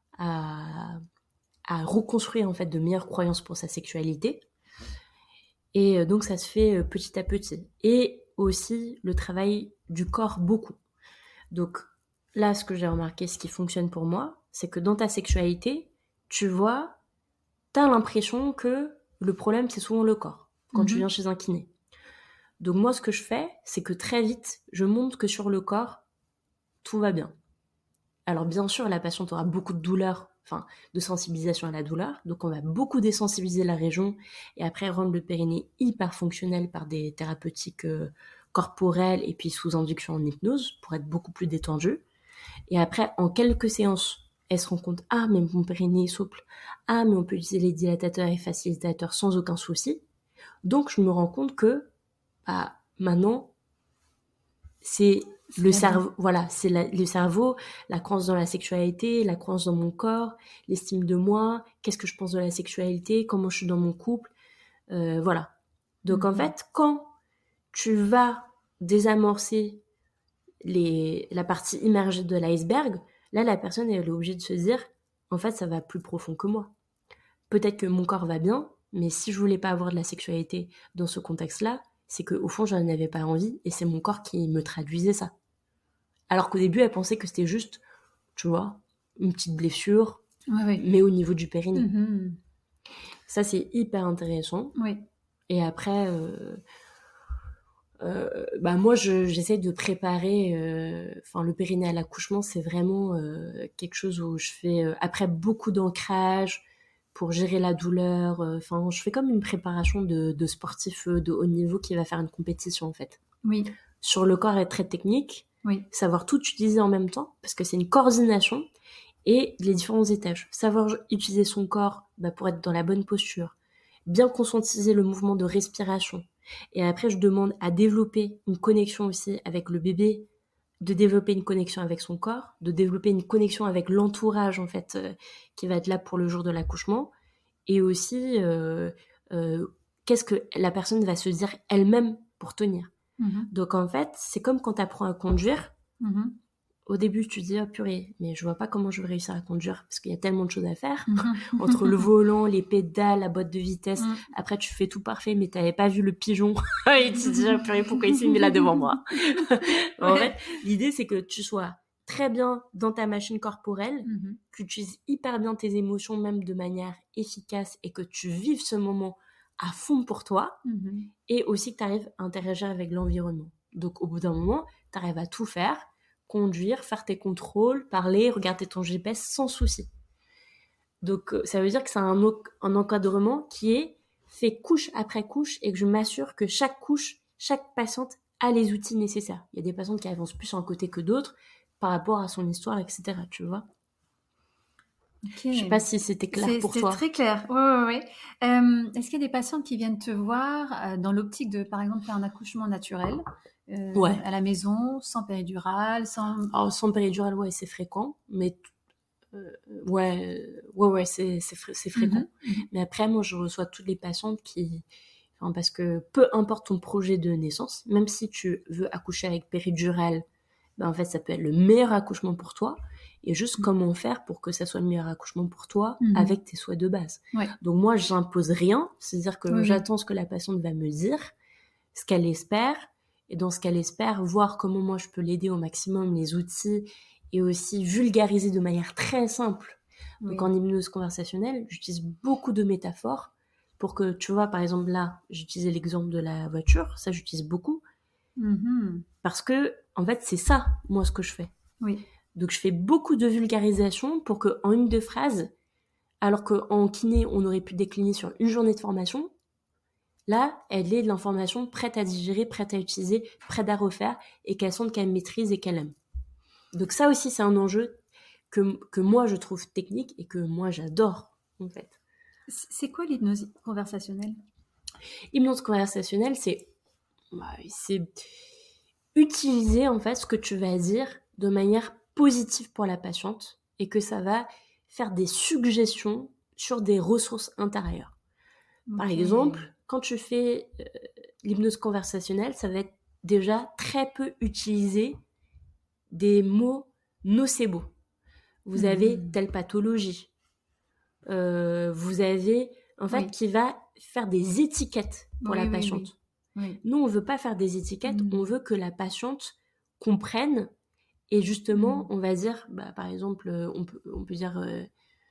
[SPEAKER 2] à, à reconstruire en fait de meilleures croyances pour sa sexualité. Et euh, donc ça se fait euh, petit à petit. Et aussi le travail du corps beaucoup. Donc là, ce que j'ai remarqué, ce qui fonctionne pour moi, c'est que dans ta sexualité, tu vois, t'as l'impression que le problème, c'est souvent le corps, quand tu
[SPEAKER 1] Mhm.
[SPEAKER 2] viens chez un kiné. Donc moi, ce que je fais, c'est que très vite, je montre que sur le corps, tout va bien. Alors bien sûr, la patiente aura beaucoup de douleur, enfin de sensibilisation à la douleur, donc on va beaucoup désensibiliser la région et après rendre le périnée hyper fonctionnel par des thérapeutiques euh, corporelles et puis sous induction en hypnose pour être beaucoup plus détendu. Et après, en quelques séances, elle se rend compte, ah mais mon périnée est souple, ah mais on peut utiliser les dilatateurs et facilitateurs sans aucun souci. Donc je me rends compte que bah, maintenant c'est
[SPEAKER 1] Ça
[SPEAKER 2] le
[SPEAKER 1] va bien.
[SPEAKER 2] cerveau, voilà, c'est la- le cerveau, la croyance dans la sexualité, la croyance dans mon corps, l'estime de moi, qu'est-ce que je pense de la sexualité, comment je suis dans mon couple, euh, voilà. Donc en
[SPEAKER 1] Mhm.
[SPEAKER 2] fait, quand tu vas désamorcer les, la partie immergée de l'iceberg, là la personne elle est obligée de se dire, en fait ça va plus profond que moi. Peut-être que mon corps va bien, mais si je voulais pas avoir de la sexualité dans ce contexte-là, c'est que au fond j'en avais pas envie et c'est mon corps qui me traduisait ça. Alors qu'au début, elle pensait que c'était juste, tu vois, une petite blessure,
[SPEAKER 1] Ouais, ouais.
[SPEAKER 2] mais au niveau du périnée.
[SPEAKER 1] Mhm.
[SPEAKER 2] Ça, c'est hyper intéressant.
[SPEAKER 1] Oui.
[SPEAKER 2] Et après, euh, euh, bah moi, je, j'essaie de préparer. Enfin, euh, le périnée à l'accouchement, c'est vraiment euh, quelque chose où je fais euh, après beaucoup d'ancrage pour gérer la douleur. Enfin, euh, je fais comme une préparation de, de sportif euh, de haut niveau qui va faire une compétition en fait.
[SPEAKER 1] Oui.
[SPEAKER 2] Sur le corps est très technique.
[SPEAKER 1] Oui.
[SPEAKER 2] Savoir tout utiliser en même temps parce que c'est une coordination et les différents étages. Savoir utiliser son corps bah, pour être dans la bonne posture, bien conscientiser le mouvement de respiration. Et après, je demande à développer une connexion aussi avec le bébé, de développer une connexion avec son corps, de développer une connexion avec l'entourage en fait euh, qui va être là pour le jour de l'accouchement, et aussi euh, euh, qu'est-ce que la personne va se dire elle-même pour tenir.
[SPEAKER 1] Mmh.
[SPEAKER 2] Donc en fait, c'est comme quand tu apprends à conduire.
[SPEAKER 1] Mmh.
[SPEAKER 2] Au début, tu te dis, oh purée, mais je vois pas comment je vais réussir à conduire parce qu'il y a tellement de choses à faire.
[SPEAKER 1] Mmh.
[SPEAKER 2] Entre le volant, les pédales, la boîte de vitesse.
[SPEAKER 1] Mmh.
[SPEAKER 2] Après, tu fais tout parfait, mais t'avais pas vu le pigeon. Et tu te dis, oh purée, pourquoi il s'est mis là devant moi? En
[SPEAKER 1] Ouais.
[SPEAKER 2] fait, l'idée, c'est que tu sois très bien dans ta machine corporelle,
[SPEAKER 1] Mmh.
[SPEAKER 2] que tu utilises hyper bien tes émotions, même de manière efficace, et que tu vives ce moment à fond pour toi,
[SPEAKER 1] Mmh.
[SPEAKER 2] et aussi que tu arrives à interagir avec l'environnement. Donc, au bout d'un moment, tu arrives à tout faire, conduire, faire tes contrôles, parler, regarder ton G P S sans souci. Donc, euh, ça veut dire que c'est un, un encadrement qui est fait couche après couche et que je m'assure que chaque couche, chaque patiente a les outils nécessaires. Il y a des patientes qui avancent plus en côté que d'autres par rapport à son histoire, et cetera. Tu vois?
[SPEAKER 1] Okay.
[SPEAKER 2] Je sais pas si c'était clair
[SPEAKER 1] c'est,
[SPEAKER 2] pour
[SPEAKER 1] c'est
[SPEAKER 2] toi.
[SPEAKER 1] C'est très clair. Ouais, ouais, ouais. Euh, est-ce qu'il y a des patientes qui viennent te voir euh, dans l'optique de, par exemple, faire un accouchement naturel euh,
[SPEAKER 2] Ouais.
[SPEAKER 1] à la maison, sans péridurale, sans...
[SPEAKER 2] Alors, sans péridurale, ouais, c'est fréquent, mais euh, ouais, ouais, ouais, c'est, c'est, fr- c'est fréquent.
[SPEAKER 1] Mm-hmm.
[SPEAKER 2] Mais après, moi, je reçois toutes les patientes qui... Enfin, parce que peu importe ton projet de naissance, même si tu veux accoucher avec péridurale, ben, en fait, ça peut être le meilleur accouchement pour toi. Et juste mm-hmm. comment faire pour que ça soit le meilleur accouchement pour toi mm-hmm. avec tes souhaits de base.
[SPEAKER 1] Ouais.
[SPEAKER 2] Donc moi, j'impose rien. C'est-à-dire que
[SPEAKER 1] oui,
[SPEAKER 2] j'attends
[SPEAKER 1] oui.
[SPEAKER 2] ce que la patiente va me dire, ce qu'elle espère. Et dans ce qu'elle espère, voir comment moi, je peux l'aider au maximum, les outils, et aussi vulgariser de manière très simple. Oui. Donc en hypnose conversationnelle, j'utilise beaucoup de métaphores pour que, tu vois, par exemple là, j'utilisais l'exemple de la voiture, ça j'utilise beaucoup,
[SPEAKER 1] mm-hmm.
[SPEAKER 2] parce que, en fait, c'est ça, moi, ce que je fais.
[SPEAKER 1] Oui.
[SPEAKER 2] Donc je fais beaucoup de vulgarisation pour qu'en une, deux phrases, alors qu'en kiné, on aurait pu décliner sur une journée de formation, là, elle ait de l'information prête à digérer, prête à utiliser, prête à refaire, et qu'elle sente qu'elle maîtrise et qu'elle aime. Donc ça aussi, c'est un enjeu que, que moi, je trouve technique et que moi, j'adore, en fait.
[SPEAKER 1] C'est quoi l'hypnose conversationnelle ?
[SPEAKER 2] L'hypnose conversationnelle, c'est, c'est utiliser, en fait, ce que tu vas dire de manière positive pour la patiente et que ça va faire des suggestions sur des ressources intérieures. Okay. Par exemple, quand tu fais euh, l'hypnose conversationnelle, ça va être déjà très peu utilisé des mots nocebo. Vous mmh. avez telle pathologie. Euh, vous avez, en fait, oui. qui va faire des étiquettes pour oui, la patiente.
[SPEAKER 1] Oui, oui.
[SPEAKER 2] Nous, on veut pas faire des étiquettes, mmh. on veut que la patiente comprenne. Et justement, mmh. on va dire, bah, par exemple, on peut, on peut dire... Euh,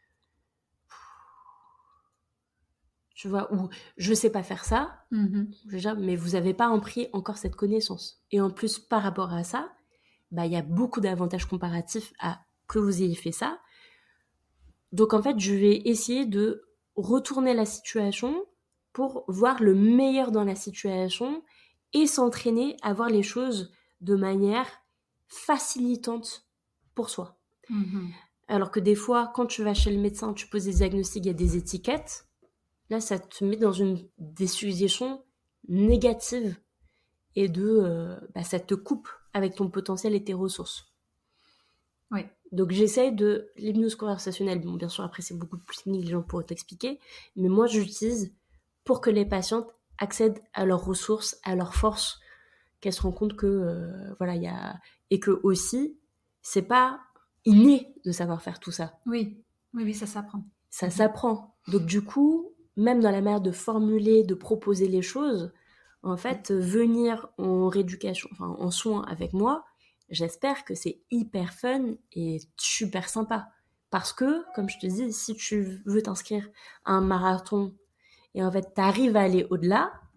[SPEAKER 2] tu vois, ou je sais pas faire ça,
[SPEAKER 1] mm-hmm.
[SPEAKER 2] déjà, mais vous avez pas appris encore cette connaissance. Et en plus, par rapport à ça, bah, y a beaucoup d'avantages comparatifs à que vous ayez fait ça. Donc, en fait, je vais essayer de retourner la situation pour voir le meilleur dans la situation et s'entraîner à voir les choses de manière facilitante pour soi.
[SPEAKER 1] Mm-hmm.
[SPEAKER 2] Alors que des fois, quand tu vas chez le médecin, tu poses des diagnostics, il y a des étiquettes. Là, ça te met dans une des suggestions négatives et de, euh, bah, ça te coupe avec ton potentiel et tes ressources.
[SPEAKER 1] Oui.
[SPEAKER 2] Donc, j'essaye de l'hypnose conversationnelle. Bon, bien sûr, après, c'est beaucoup plus technique, les gens pourraient t'expliquer. Mais moi, j'utilise pour que les patientes accèdent à leurs ressources, à leurs forces, qu'elles se rendent compte que, euh, voilà, il y a... Et que aussi, c'est pas inné de savoir faire tout ça.
[SPEAKER 1] Oui, oui, oui, ça s'apprend.
[SPEAKER 2] Ça mmh. s'apprend. Donc, du coup... même dans la manière de formuler, de proposer les choses, en fait, venir en rééducation, enfin en soins avec moi, j'espère que c'est hyper fun et super sympa. Parce que, comme je te dis, si tu veux t'inscrire à un marathon et en fait, t'arrives à aller au-delà,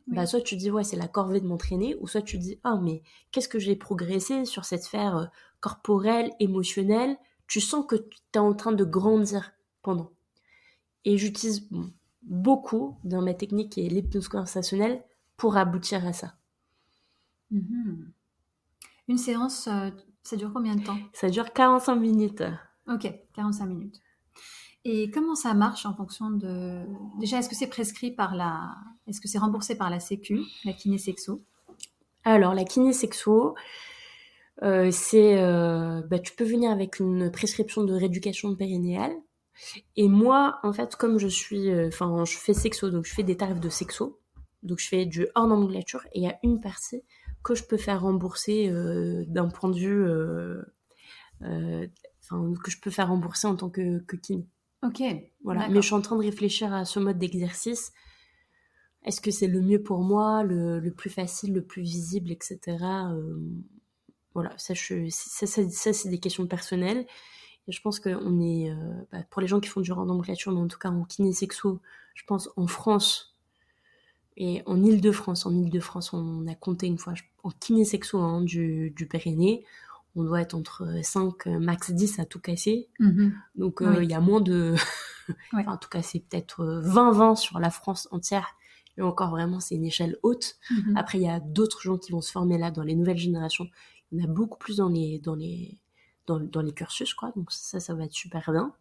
[SPEAKER 1] Oui.
[SPEAKER 2] Bah, soit tu dis, ouais, c'est la corvée de m'entraîner, ou soit tu dis, ah, mais qu'est-ce que j'ai progressé sur cette sphère euh, corporelle, émotionnelle. Tu sens que tu es en train de grandir pendant. Et j'utilise bon, beaucoup dans ma technique qui est l'hypnose conversationnelle pour aboutir à ça.
[SPEAKER 1] Mm-hmm. Une séance, euh, ça dure combien de temps?
[SPEAKER 2] Ça dure quarante-cinq minutes.
[SPEAKER 1] Ok, quarante-cinq minutes. Et comment ça marche en fonction de... Déjà, est-ce que c'est prescrit par la... Est-ce que c'est remboursé par la Sécu, la kiné sexo?
[SPEAKER 2] Alors, la kiné sexo, euh, c'est... Euh, bah, tu peux venir avec une prescription de rééducation périnéale. Et moi, en fait, comme je suis... Enfin, euh, je fais sexo, donc je fais des tarifs de sexo. Donc, je fais du hors nomenclature. Et il y a une partie que je peux faire rembourser euh, d'un point de vue... Euh, euh, enfin, que je peux faire rembourser en tant que, que kiné.
[SPEAKER 1] Ok.
[SPEAKER 2] Voilà. Mais je suis en train de réfléchir à ce mode d'exercice. Est-ce que c'est le mieux pour moi, le, le plus facile, le plus visible, et cetera. Euh, voilà, ça, je, ça, ça, ça, c'est des questions personnelles. Et je pense qu'on est, euh, bah, pour les gens qui font du hors nomenclature, mais en tout cas en kiné sexo, je pense en France et en Île-de-France. En Île-de-France, on a compté une fois, en kiné sexo hein, du, du périnée, on doit être entre cinq, max dix à tout casser.
[SPEAKER 1] Mm-hmm.
[SPEAKER 2] Donc, il euh, oui. y a moins de...
[SPEAKER 1] Ouais.
[SPEAKER 2] Enfin, en tout cas, c'est peut-être vingt vingt sur la France entière. Et encore, vraiment, c'est une échelle haute. Mm-hmm. Après, il y a d'autres gens qui vont se former là, dans les nouvelles générations. Il y en a beaucoup plus dans les, dans les, dans, dans les cursus, quoi. Donc, ça, ça va être super bien.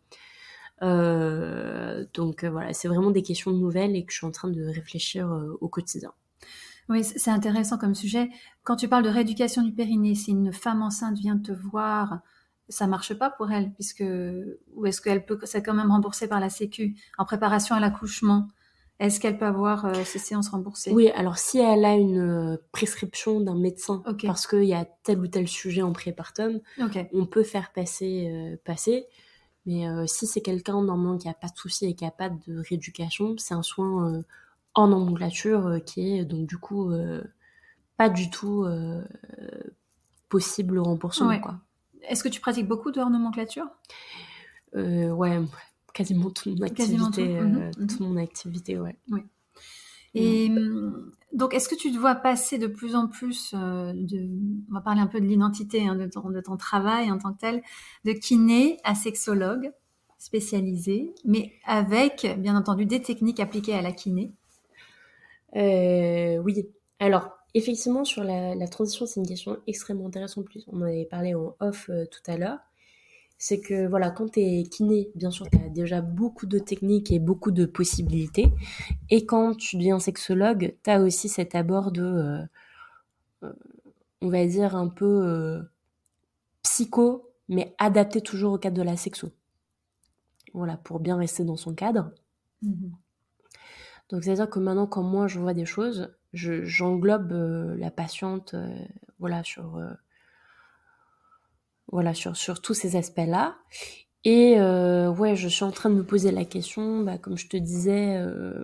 [SPEAKER 2] Euh, donc, euh, voilà, c'est vraiment des questions nouvelles et que je suis en train de réfléchir euh, au quotidien.
[SPEAKER 1] Oui, c'est intéressant comme sujet. Quand tu parles de rééducation du périnée, si une femme enceinte vient te voir, ça marche pas pour elle, puisque ou est-ce qu'elle peut, c'est quand même remboursé par la Sécu en préparation à l'accouchement? Est-ce qu'elle peut avoir euh, ces séances remboursées?
[SPEAKER 2] Oui, alors si elle a une euh, prescription d'un médecin
[SPEAKER 1] okay.
[SPEAKER 2] parce qu'il y a tel ou tel sujet en prépartum,
[SPEAKER 1] okay.
[SPEAKER 2] on peut faire passer, euh, passer. Mais euh, si c'est quelqu'un normalement qui n'a pas de souci et qui n'a pas de rééducation, c'est un soin euh, en nomenclature euh, qui est donc du coup euh, pas du tout euh, possible le remboursement.
[SPEAKER 1] Ouais.
[SPEAKER 2] Quoi.
[SPEAKER 1] Est-ce que tu pratiques beaucoup de hors nomenclature?
[SPEAKER 2] euh, Ouais, quasiment toute mon activité.
[SPEAKER 1] Quasiment tout.
[SPEAKER 2] Euh,
[SPEAKER 1] mm-hmm.
[SPEAKER 2] toute mon activité, ouais.
[SPEAKER 1] Oui. Et mmh. donc, est-ce que tu te vois passer de plus en plus euh, de, on va parler un peu de l'identité hein, de, ton, de ton travail en tant que tel, de kiné à sexologue spécialisé, mais avec, bien entendu, des techniques appliquées à la kiné?
[SPEAKER 2] euh, Oui. Alors, effectivement, sur la, la transition, c'est une question extrêmement intéressante. Plus, on en avait parlé en off euh, tout à l'heure. C'est que voilà, quand tu es kiné, bien sûr, tu as déjà beaucoup de techniques et beaucoup de possibilités. Et quand tu deviens sexologue, tu as aussi cet abord de, euh, euh, on va dire, un peu euh, psycho, mais adapté toujours au cadre de la sexo. Voilà, pour bien rester dans son cadre.
[SPEAKER 1] Mm-hmm.
[SPEAKER 2] Donc, c'est-à-dire que maintenant, quand moi, je vois des choses, je, j'englobe euh, la patiente euh, voilà, sur, euh, voilà, sur, sur tous ces aspects-là. Et euh, ouais, je suis en train de me poser la question, bah, comme je te disais, euh,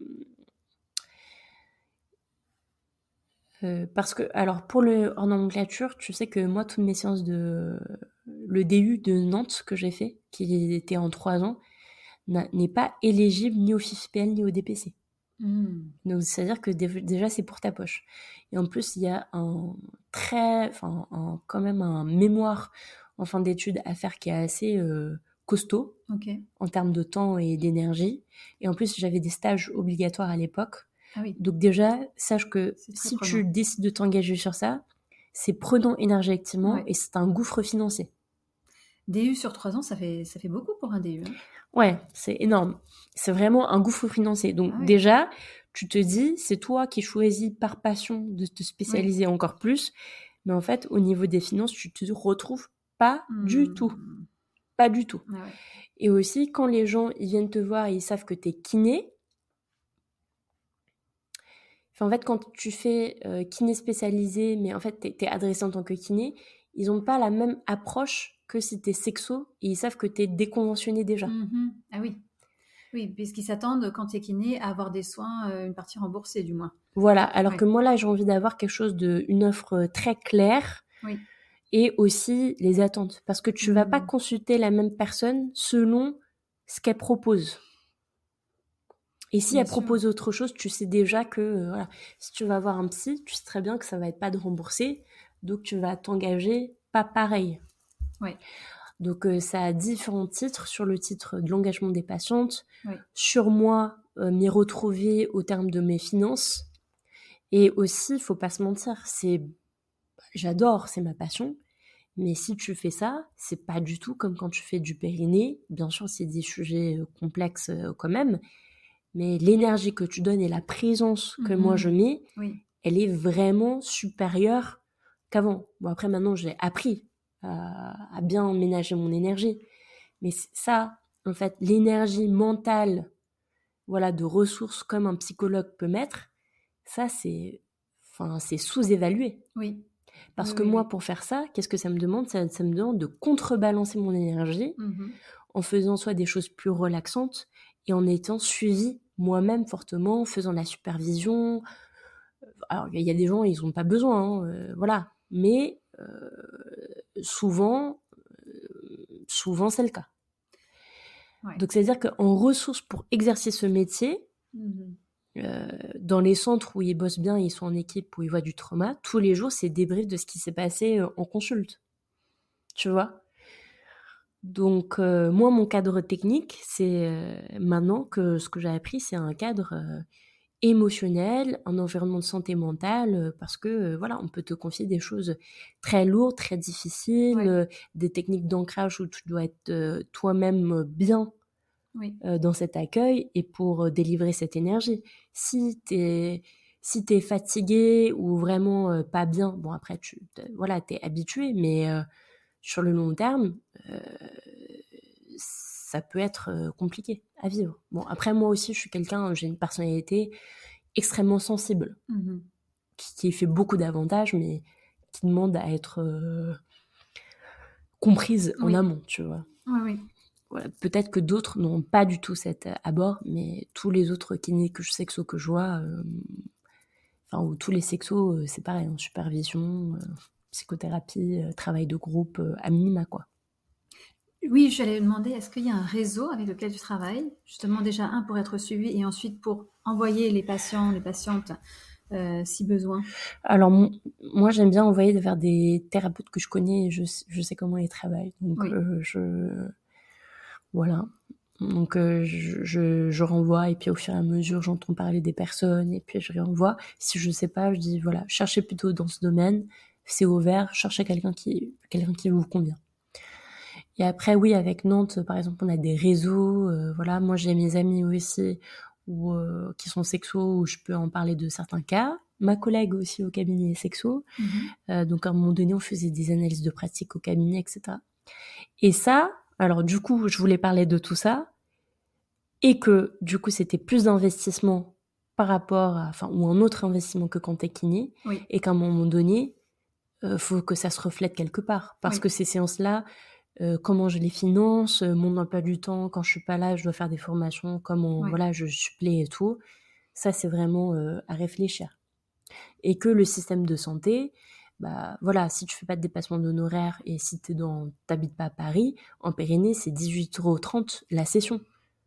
[SPEAKER 2] euh, parce que, alors pour le hors nomenclature, tu sais que moi, toutes mes séances de le D U de Nantes que j'ai fait, qui était en trois ans, n'est pas éligible ni au F I F P L ni au D P C.
[SPEAKER 1] Mm.
[SPEAKER 2] Donc, c'est-à-dire que déjà, c'est pour ta poche. Et en plus, il y a un très, enfin, un, quand même un mémoire en fin d'études à faire qui est assez euh, costaud
[SPEAKER 1] okay.
[SPEAKER 2] en termes de temps et d'énergie. Et en plus, j'avais des stages obligatoires à l'époque.
[SPEAKER 1] Ah oui.
[SPEAKER 2] Donc déjà, sache que si
[SPEAKER 1] prenant.
[SPEAKER 2] tu décides de t'engager sur ça, c'est prenant énergétiquement ouais. Et c'est un gouffre financier.
[SPEAKER 1] D U sur trois ans, ça fait, ça fait beaucoup pour un D U. Hein.
[SPEAKER 2] Ouais, c'est énorme. C'est vraiment un gouffre financier. Donc ah oui. Déjà, tu te dis, c'est toi qui choisis par passion de te spécialiser oui. Encore plus. Mais en fait, au niveau des finances, tu te retrouves pas mmh. Du tout. Pas du tout.
[SPEAKER 1] Ah ouais.
[SPEAKER 2] Et aussi, quand les gens ils viennent te voir et ils savent que tu es kiné, enfin, en fait, quand tu fais euh, kiné spécialisé, mais en fait, tu es adressé en tant que kiné, ils n'ont pas la même approche que si tu es sexo et ils savent que tu es déconventionné déjà.
[SPEAKER 1] Mmh. Ah oui. Oui, puisqu'ils s'attendent, quand tu es kiné, à avoir des soins, euh, une partie remboursée du moins.
[SPEAKER 2] Voilà, alors
[SPEAKER 1] ouais.
[SPEAKER 2] que moi, là, j'ai envie d'avoir quelque chose de, une offre très claire.
[SPEAKER 1] Oui.
[SPEAKER 2] Et aussi les attentes. Parce que tu ne mmh. vas pas consulter la même personne selon ce qu'elle propose. Et si
[SPEAKER 1] Bien
[SPEAKER 2] elle
[SPEAKER 1] sûr.
[SPEAKER 2] propose autre chose, tu sais déjà que euh, voilà, si tu vas voir un psy, tu sais très bien que ça va être pas de rembourser, donc tu vas t'engager pas pareil.
[SPEAKER 1] Oui,
[SPEAKER 2] Donc euh, ça a différents titres. Sur le titre de l'engagement des patientes,
[SPEAKER 1] oui,
[SPEAKER 2] sur moi, euh, m'y retrouver au terme de mes finances. Et aussi, faut pas se mentir, c'est, j'adore, c'est ma passion. Mais si tu fais ça, c'est pas du tout comme quand tu fais du périnée. Bien sûr, c'est des sujets euh, complexes euh, quand même, mais l'énergie que tu donnes et la présence que moi je
[SPEAKER 1] Mhm.
[SPEAKER 2] mets,
[SPEAKER 1] Oui,
[SPEAKER 2] elle est vraiment supérieure qu'avant. Bon, après, maintenant, j'ai appris à, à bien ménager mon énergie. Mais c'est ça, en fait, l'énergie mentale, voilà, de ressources comme un psychologue peut mettre, ça, c'est, enfin, c'est sous-évalué.
[SPEAKER 1] oui,
[SPEAKER 2] Parce
[SPEAKER 1] oui,
[SPEAKER 2] que
[SPEAKER 1] oui,
[SPEAKER 2] moi,
[SPEAKER 1] oui.
[SPEAKER 2] pour faire ça, qu'est-ce que ça me demande? ça, ça me demande de contrebalancer mon énergie
[SPEAKER 1] Mhm.
[SPEAKER 2] en faisant soit des choses plus relaxantes et en étant suivie moi-même fortement, en faisant de la supervision. Alors, il y a des gens, ils n'ont pas besoin, hein, euh, voilà. Mais euh, souvent, euh, souvent, c'est le cas.
[SPEAKER 1] Ouais.
[SPEAKER 2] Donc, c'est-à-dire qu'en ressources pour exercer ce métier,
[SPEAKER 1] Mhm.
[SPEAKER 2] euh, dans les centres où ils bossent bien, ils sont en équipe, où ils voient du trauma, tous les jours, c'est débrief de ce qui s'est passé euh, en consulte. Tu vois? Donc, euh, moi, mon cadre technique, c'est euh, maintenant que ce que j'ai appris, c'est un cadre euh, émotionnel, un environnement de santé mentale, euh, parce que, euh, voilà, on peut te confier des choses très lourdes, très difficiles,
[SPEAKER 1] Ouais.
[SPEAKER 2] euh, des techniques d'ancrage où tu dois être euh, toi-même bien
[SPEAKER 1] Oui,
[SPEAKER 2] euh, dans cet accueil et pour euh, délivrer cette énergie. Si t'es si t'es fatigué ou vraiment euh, pas bien, bon après tu t'es- voilà t'es habitué, mais euh, sur le long terme, euh, ça peut être euh, compliqué à vivre. Bon après moi aussi je suis quelqu'un, j'ai une personnalité extrêmement sensible,
[SPEAKER 1] mhm.
[SPEAKER 2] qui, qui fait beaucoup d'avantages, mais qui demande à être euh, comprise en
[SPEAKER 1] Oui,
[SPEAKER 2] amont, tu vois.
[SPEAKER 1] oui, oui.
[SPEAKER 2] Voilà, peut-être que d'autres n'ont pas du tout cet abord, mais tous les autres kinés que je sexo que je vois, euh, enfin, ou tous les sexos, euh, c'est pareil, en supervision, euh, psychothérapie, euh, travail de groupe, euh, à minima, quoi.
[SPEAKER 1] Oui, j'allais demander, est-ce qu'il y a un réseau avec lequel tu travailles? Justement, déjà, un, pour être suivi et ensuite pour envoyer les patients, les patientes, euh, si besoin.
[SPEAKER 2] Alors, mon- moi, j'aime bien envoyer vers des thérapeutes que je connais et je, sais- je sais comment ils travaillent. Donc,
[SPEAKER 1] Oui,
[SPEAKER 2] euh, je. Voilà. Donc, euh, je, je, je renvoie et puis au fur et à mesure, j'entends parler des personnes et puis je renvoie. Si je sais pas, je dis voilà, cherchez plutôt dans ce domaine, c'est ouvert, cherchez quelqu'un qui, quelqu'un qui vous convient. Et après, oui, avec Nantes, par exemple, on a des réseaux. Euh, voilà, moi, j'ai mes amis aussi ou euh, qui sont sexos où je peux en parler de certains cas. Ma collègue aussi au cabinet est sexo.
[SPEAKER 1] mhm.
[SPEAKER 2] Euh, donc, à un moment donné, on faisait des analyses de pratique au cabinet, et cetera. Et ça, alors du coup, je voulais parler de tout ça et que du coup, c'était plus d'investissement par rapport à, enfin, ou un autre investissement que quand t'es kiné
[SPEAKER 1] Oui,
[SPEAKER 2] et qu'à un moment donné, euh, faut que ça se reflète quelque part parce
[SPEAKER 1] oui,
[SPEAKER 2] que ces séances-là, euh, comment je les finance, euh, mon emploi du temps, quand je suis pas là, je dois faire des formations, comment,
[SPEAKER 1] oui,
[SPEAKER 2] voilà, je supplée et tout. Ça, c'est vraiment euh, à réfléchir. Et que le système de santé, bah voilà, si tu fais pas de dépassement d'honoraires et si t'es dans, t'habites pas à Paris, en Pyrénées, c'est dix-huit euros trente la session.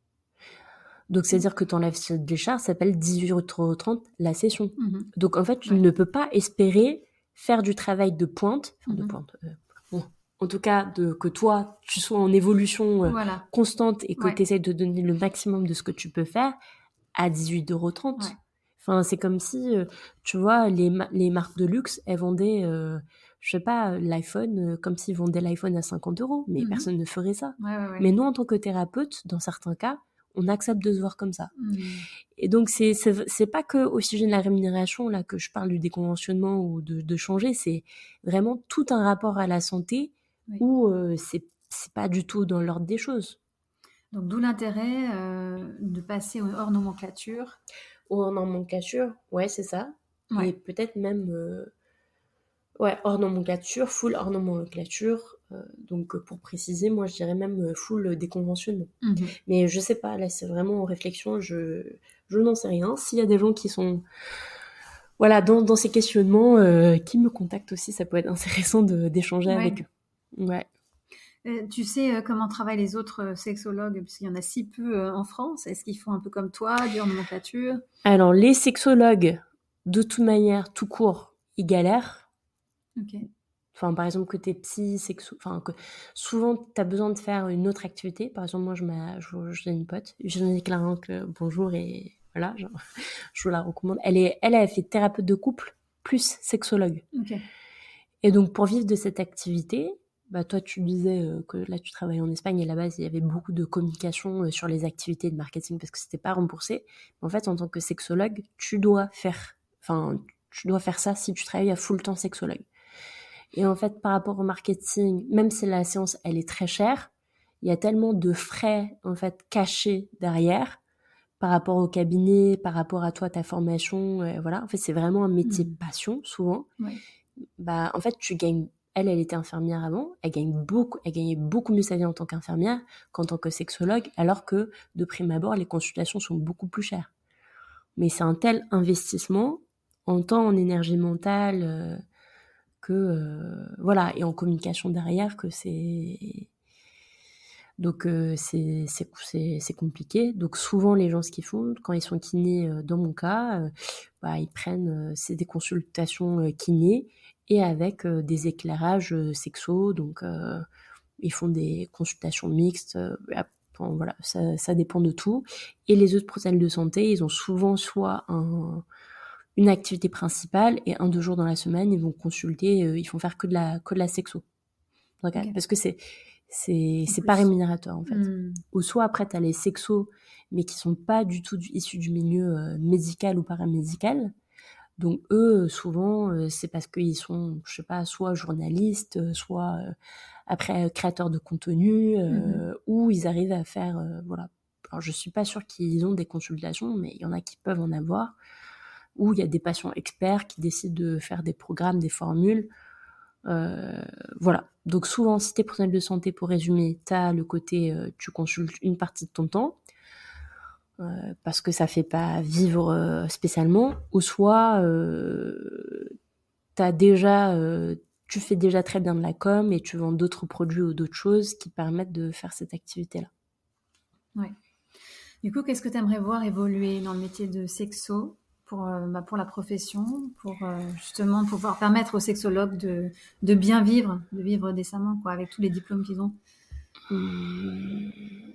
[SPEAKER 2] Donc, c'est-à-dire que t'enlèves cette décharge, ça s'appelle dix-huit euros trente la session.
[SPEAKER 1] mhm.
[SPEAKER 2] Donc, en fait, tu
[SPEAKER 1] Ouais,
[SPEAKER 2] ne peux pas espérer faire du travail de pointe, enfin de
[SPEAKER 1] mhm.
[SPEAKER 2] pointe, euh, bon, en tout cas, de, que toi, tu sois en évolution euh,
[SPEAKER 1] Voilà,
[SPEAKER 2] constante et que
[SPEAKER 1] ouais,
[SPEAKER 2] tu essaies de donner le maximum de ce que tu peux faire à dix-huit euros
[SPEAKER 1] ouais.
[SPEAKER 2] trente. Enfin, c'est comme si, euh, tu vois, les, ma- les marques de luxe, elles vendaient, euh, je sais pas, l'iPhone, euh, comme s'ils vendaient l'iPhone à cinquante euros. Mais
[SPEAKER 1] Mhm.
[SPEAKER 2] personne ne ferait ça.
[SPEAKER 1] Ouais, ouais, ouais.
[SPEAKER 2] Mais nous, en tant que thérapeute, dans certains cas, on accepte de se voir comme ça.
[SPEAKER 1] Mhm.
[SPEAKER 2] Et donc, c'est, c'est, c'est pas que au sujet de la rémunération, là, que je parle du déconventionnement ou de, de changer, c'est vraiment tout un rapport à la santé
[SPEAKER 1] Oui.
[SPEAKER 2] où euh, c'est, c'est pas du tout dans l'ordre des choses.
[SPEAKER 1] Donc, d'où l'intérêt euh, de passer hors nomenclature.
[SPEAKER 2] Ou en nomenclature, ouais, c'est ça.
[SPEAKER 1] Ouais,
[SPEAKER 2] Et peut-être même, euh, ouais, hors nomenclature, full hors nomenclature. Euh, donc, euh, pour préciser, moi, je dirais même euh, full déconventionnement.
[SPEAKER 1] mhm.
[SPEAKER 2] Mais je sais pas, là, c'est vraiment en réflexion, je, je n'en sais rien. S'il y a des gens qui sont, voilà, dans, dans ces questionnements, euh, qui me contactent aussi, ça peut être intéressant de, d'échanger avec
[SPEAKER 1] Ouais.
[SPEAKER 2] eux. Ouais.
[SPEAKER 1] Euh, tu sais euh, comment travaillent les autres euh, sexologues, puisqu'il y en a si peu euh, en France. Est-ce qu'ils font un peu comme toi, dure nomenclature?
[SPEAKER 2] Alors, les sexologues, de toute manière, tout court, ils galèrent.
[SPEAKER 1] Ok.
[SPEAKER 2] Enfin, par exemple, que t'es psy, sexo... Enfin, que souvent, t'as besoin de faire une autre activité. Par exemple, moi, je m'a- je- j'ai une pote, Jenny Clarin, que bonjour, et voilà, genre, je vous la recommande. Elle, est... elle a fait thérapeute de couple plus sexologue.
[SPEAKER 1] Ok.
[SPEAKER 2] Et donc, pour vivre de cette activité, bah, toi, tu disais euh, que là, tu travailles en Espagne et là-bas, il y avait beaucoup de communication euh, sur les activités de marketing parce que c'était pas remboursé. Mais en fait, en tant que sexologue, tu dois faire, enfin, tu dois faire ça si tu travailles à full temps sexologue. Et en fait, par rapport au marketing, même si la séance, elle est très chère, il y a tellement de frais, en fait, cachés derrière par rapport au cabinet, par rapport à toi, ta formation, euh, voilà. En fait, c'est vraiment un métier
[SPEAKER 1] Mhm.
[SPEAKER 2] passion, souvent.
[SPEAKER 1] Ouais.
[SPEAKER 2] Bah, en fait, tu gagnes. Elle, elle était infirmière avant. Elle gagne beaucoup, elle gagnait beaucoup mieux sa vie en tant qu'infirmière qu'en tant que sexologue, alors que, de prime abord, les consultations sont beaucoup plus chères. Mais c'est un tel investissement en temps, en énergie mentale, euh, que euh, voilà, et en communication derrière, que c'est donc euh, c'est c'est c'est c'est compliqué. Donc souvent les gens ce qu'ils font quand ils sont kinés, euh, dans mon cas, euh, bah ils prennent euh, c'est des consultations euh, kinés et avec euh, des éclairages euh, sexos. Donc euh, ils font des consultations mixtes. Euh, Bon, voilà, ça, ça dépend de tout. Et les autres professionnels de santé, ils ont souvent soit un, une activité principale et un deux jours dans la semaine, ils vont consulter, euh, ils font faire que de la que de la sexo. Okay. Parce que c'est c'est c'est pas rémunérateur en fait. Mmh. Ou soit après t'as les sexos mais qui sont pas du tout du, issus du milieu euh, médical ou paramédical. Donc eux souvent euh, c'est parce qu'ils sont je sais pas soit journalistes, soit euh, après euh, créateurs de contenu euh, mmh. ou ils arrivent à faire euh, voilà. Alors je suis pas sûre qu'ils ont des consultations mais il y en a qui peuvent en avoir. Ou il y a des patients experts qui décident de faire des programmes, des formules. Euh, voilà. Donc souvent, si t'es professionnel de santé, pour résumer, t'as le côté, euh, tu consultes une partie de ton temps, euh, parce que ça fait pas vivre euh, spécialement, ou soit euh, t'as déjà, euh, tu fais déjà très bien de la com et tu vends d'autres produits ou d'autres choses qui permettent de faire cette activité-là.
[SPEAKER 1] Ouais. Du coup, qu'est-ce que tu aimerais voir évoluer dans le métier de sexo pour, euh, bah, pour la profession, pour euh, justement pouvoir permettre aux sexologues de, de bien vivre, de vivre décemment, quoi, avec tous les diplômes qu'ils ont?
[SPEAKER 2] Hum...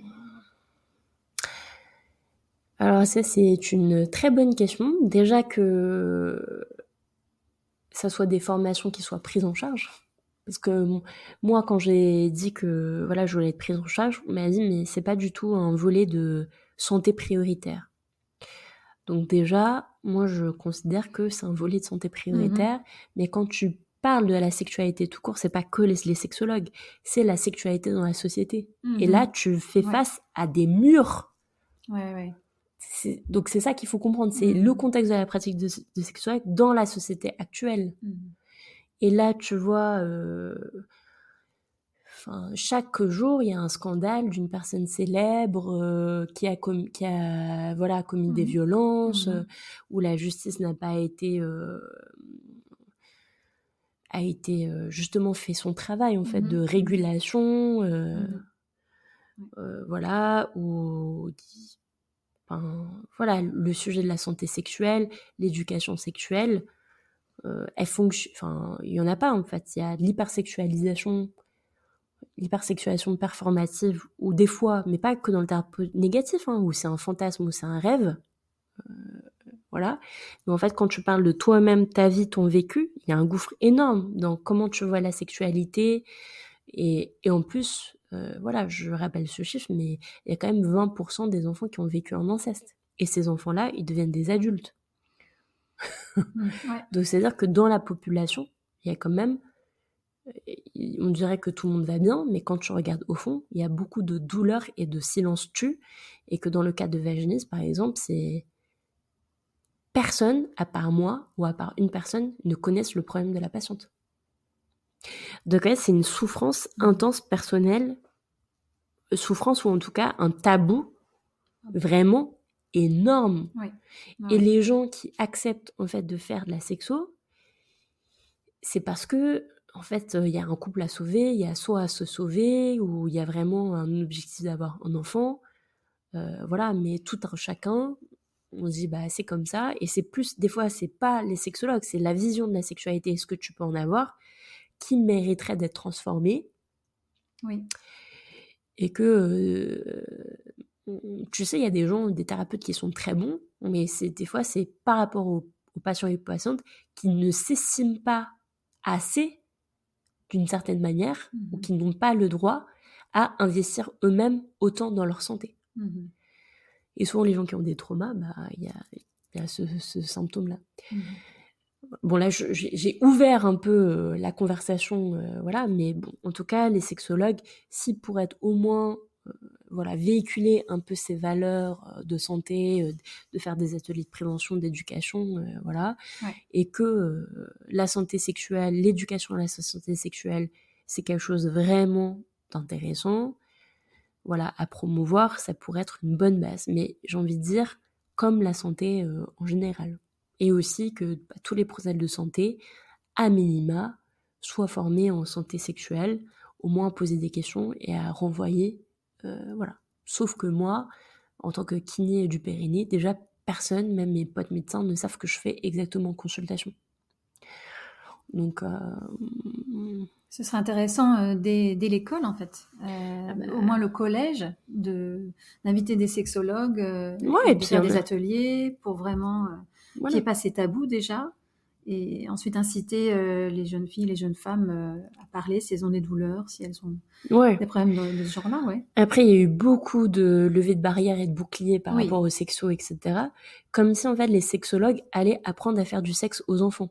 [SPEAKER 2] Alors ça, c'est une très bonne question. Déjà que ça soit des formations qui soient prises en charge. Parce que moi, quand j'ai dit que voilà, je voulais être prise en charge, on m'a dit mais c'est pas du tout un volet de santé prioritaire. Donc déjà, moi je considère que c'est un volet de santé prioritaire, mmh. mais quand tu parles de la sexualité tout court, c'est pas que les, les sexologues, c'est la sexualité dans la société. Mmh. Et là, tu fais ouais. face à des murs.
[SPEAKER 1] Ouais, ouais.
[SPEAKER 2] C'est, donc c'est ça qu'il faut comprendre, c'est mmh. le contexte de la pratique de, de sexualité dans la société actuelle. Mmh. Et là, tu vois, euh, enfin, chaque jour, il y a un scandale d'une personne célèbre euh, qui a, com- qui a voilà, commis mmh. des violences, mmh. euh, où la justice n'a pas été... Euh, a été euh, justement fait son travail, en fait, mmh. de régulation, euh, mmh. euh, voilà, où... Enfin, voilà, le sujet de la santé sexuelle, l'éducation sexuelle, euh, elle fonctionne. Enfin, il y en a pas en fait. Il y a de l'hypersexualisation, l'hypersexualisation performative, ou des fois, mais pas que dans le terme négatif, hein, où c'est un fantasme, où c'est un rêve. Euh, voilà. Mais en fait, quand tu parles de toi-même, ta vie, ton vécu, il y a un gouffre énorme dans comment tu vois la sexualité. Et, et en plus, euh, voilà, je rappelle ce chiffre, mais il y a quand même vingt pour cent des enfants qui ont vécu en inceste. Et ces enfants-là, ils deviennent des adultes. Mmh, ouais. Donc, c'est-à-dire que dans la population, il y a quand même, on dirait que tout le monde va bien, mais quand tu regardes au fond, il y a beaucoup de douleur et de silence tue. Et que dans le cas de vaginisme, par exemple, c'est personne, à part moi, ou à part une personne, ne connaissent le problème de la patiente. Donc, ouais, c'est une souffrance intense, personnelle, souffrance ou en tout cas un tabou vraiment énorme. Oui. Ouais. Et les gens qui acceptent en fait de faire de la sexo, c'est parce que en fait, il y a un couple à sauver, il y a soit à se sauver, ou il y a vraiment un objectif d'avoir un enfant. Euh, voilà, mais tout un chacun, on se dit, bah, c'est comme ça. Et c'est plus, des fois, c'est pas les sexologues, c'est la vision de la sexualité, ce que tu peux en avoir, qui mériterait d'être transformée.
[SPEAKER 1] Oui.
[SPEAKER 2] Et que, euh, tu sais, il y a des gens, des thérapeutes qui sont très bons, mais c'est, des fois, c'est par rapport aux, aux patients et aux patientes qui ne s'estiment pas assez, d'une certaine manière, mmh. ou qui n'ont pas le droit à investir eux-mêmes autant dans leur santé. Mmh. Et souvent, les gens qui ont des traumas, bah, il y a, y a ce, ce symptôme-là. Mmh. Bon, là, je, j'ai ouvert un peu euh, la conversation, euh, voilà, mais bon, en tout cas, les sexologues, si pour être au moins, euh, voilà, véhiculer un peu ces valeurs de santé, euh, de faire des ateliers de prévention, d'éducation, euh, voilà, ouais. Et que euh, la santé sexuelle, l'éducation à la santé sexuelle, c'est quelque chose vraiment d'intéressant, voilà, à promouvoir, ça pourrait être une bonne base. Mais j'ai envie de dire, comme la santé euh, en général. Et aussi que bah, tous les professionnels de santé, à minima, soient formés en santé sexuelle, au moins à poser des questions et à renvoyer, euh, voilà. Sauf que moi, en tant que kiné du périnée, déjà, personne, même mes potes médecins, ne savent que je fais exactement en consultation. Donc... Euh,
[SPEAKER 1] Ce serait intéressant euh, dès, dès l'école, en fait, euh, ah bah, au moins le collège, de, d'inviter des sexologues, euh,
[SPEAKER 2] ouais, et
[SPEAKER 1] de
[SPEAKER 2] puis,
[SPEAKER 1] faire
[SPEAKER 2] euh,
[SPEAKER 1] des ateliers pour vraiment euh, voilà. qu'il n'y ait pas ces tabous déjà, et ensuite inciter euh, les jeunes filles, les jeunes femmes euh, à parler si elles ont des douleurs, si elles ont
[SPEAKER 2] ouais.
[SPEAKER 1] des problèmes de, de ce genre-là. Ouais.
[SPEAKER 2] Après, il y a eu beaucoup de levées de barrières et de boucliers par oui. rapport aux sexos, et cetera. Comme si, en fait, les sexologues allaient apprendre à faire du sexe aux enfants.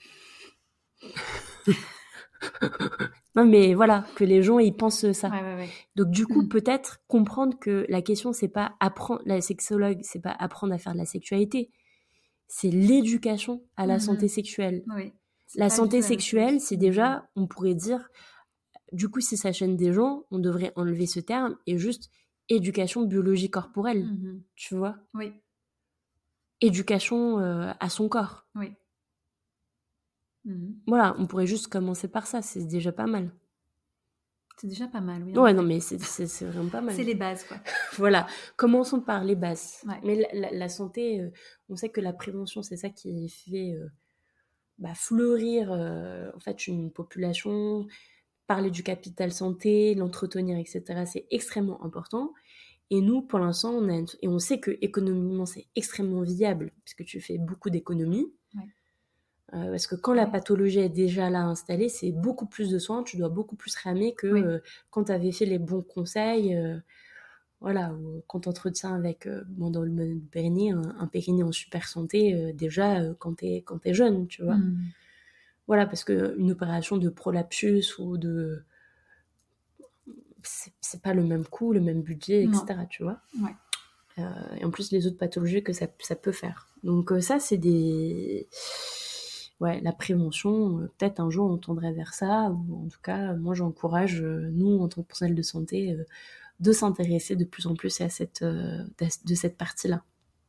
[SPEAKER 2] Non, mais voilà, que les gens, ils pensent ça.
[SPEAKER 1] Ouais, ouais, ouais.
[SPEAKER 2] Donc, du coup, mmh. peut-être comprendre que la question, c'est pas apprendre, la sexologue, c'est pas apprendre à faire de la sexualité. C'est l'éducation à la mmh. santé sexuelle.
[SPEAKER 1] Oui.
[SPEAKER 2] La santé sexuelle, c'est déjà, on pourrait dire, du coup, si ça gêne des gens, on devrait enlever ce terme et juste éducation biologie corporelle. Mmh. Tu vois ?
[SPEAKER 1] Oui.
[SPEAKER 2] Éducation euh, à son corps.
[SPEAKER 1] Oui.
[SPEAKER 2] Mmh. Voilà, on pourrait juste commencer par ça, c'est déjà pas mal.
[SPEAKER 1] C'est déjà pas mal, oui.
[SPEAKER 2] Ouais, non, mais c'est, c'est, c'est vraiment pas mal.
[SPEAKER 1] C'est les bases, quoi.
[SPEAKER 2] Voilà, commençons par les bases.
[SPEAKER 1] Ouais.
[SPEAKER 2] Mais la, la, la santé, euh, on sait que la prévention, c'est ça qui fait euh, bah, fleurir euh, en fait, une population, parler du capital santé, l'entretenir, et cetera. C'est extrêmement important. Et nous, pour l'instant, on a une... et on sait que économiquement, c'est extrêmement viable, puisque tu fais beaucoup d'économies. Ouais. Euh, parce que quand ouais. la pathologie est déjà là installée, c'est beaucoup plus de soins, tu dois beaucoup plus ramer que oui. euh, quand tu avais fait les bons conseils, euh, voilà, ou quand tu entretiens avec, euh, bon, dans le périnée, un, un périnée en super santé, euh, déjà euh, quand tu es quand t'es jeune, tu vois. Mm. Voilà, parce qu'une opération de prolapsus ou de... C'est, c'est pas le même coût, le même budget, et cetera, non. Tu vois.
[SPEAKER 1] Ouais.
[SPEAKER 2] Euh, et en plus, les autres pathologies que ça, ça peut faire. Donc euh, ça, c'est des... Ouais, la prévention, euh, peut-être un jour on tendrait vers ça, ou en tout cas, moi j'encourage, euh, nous, en tant que personnel de santé, euh, de s'intéresser de plus en plus à cette, euh, de cette partie-là.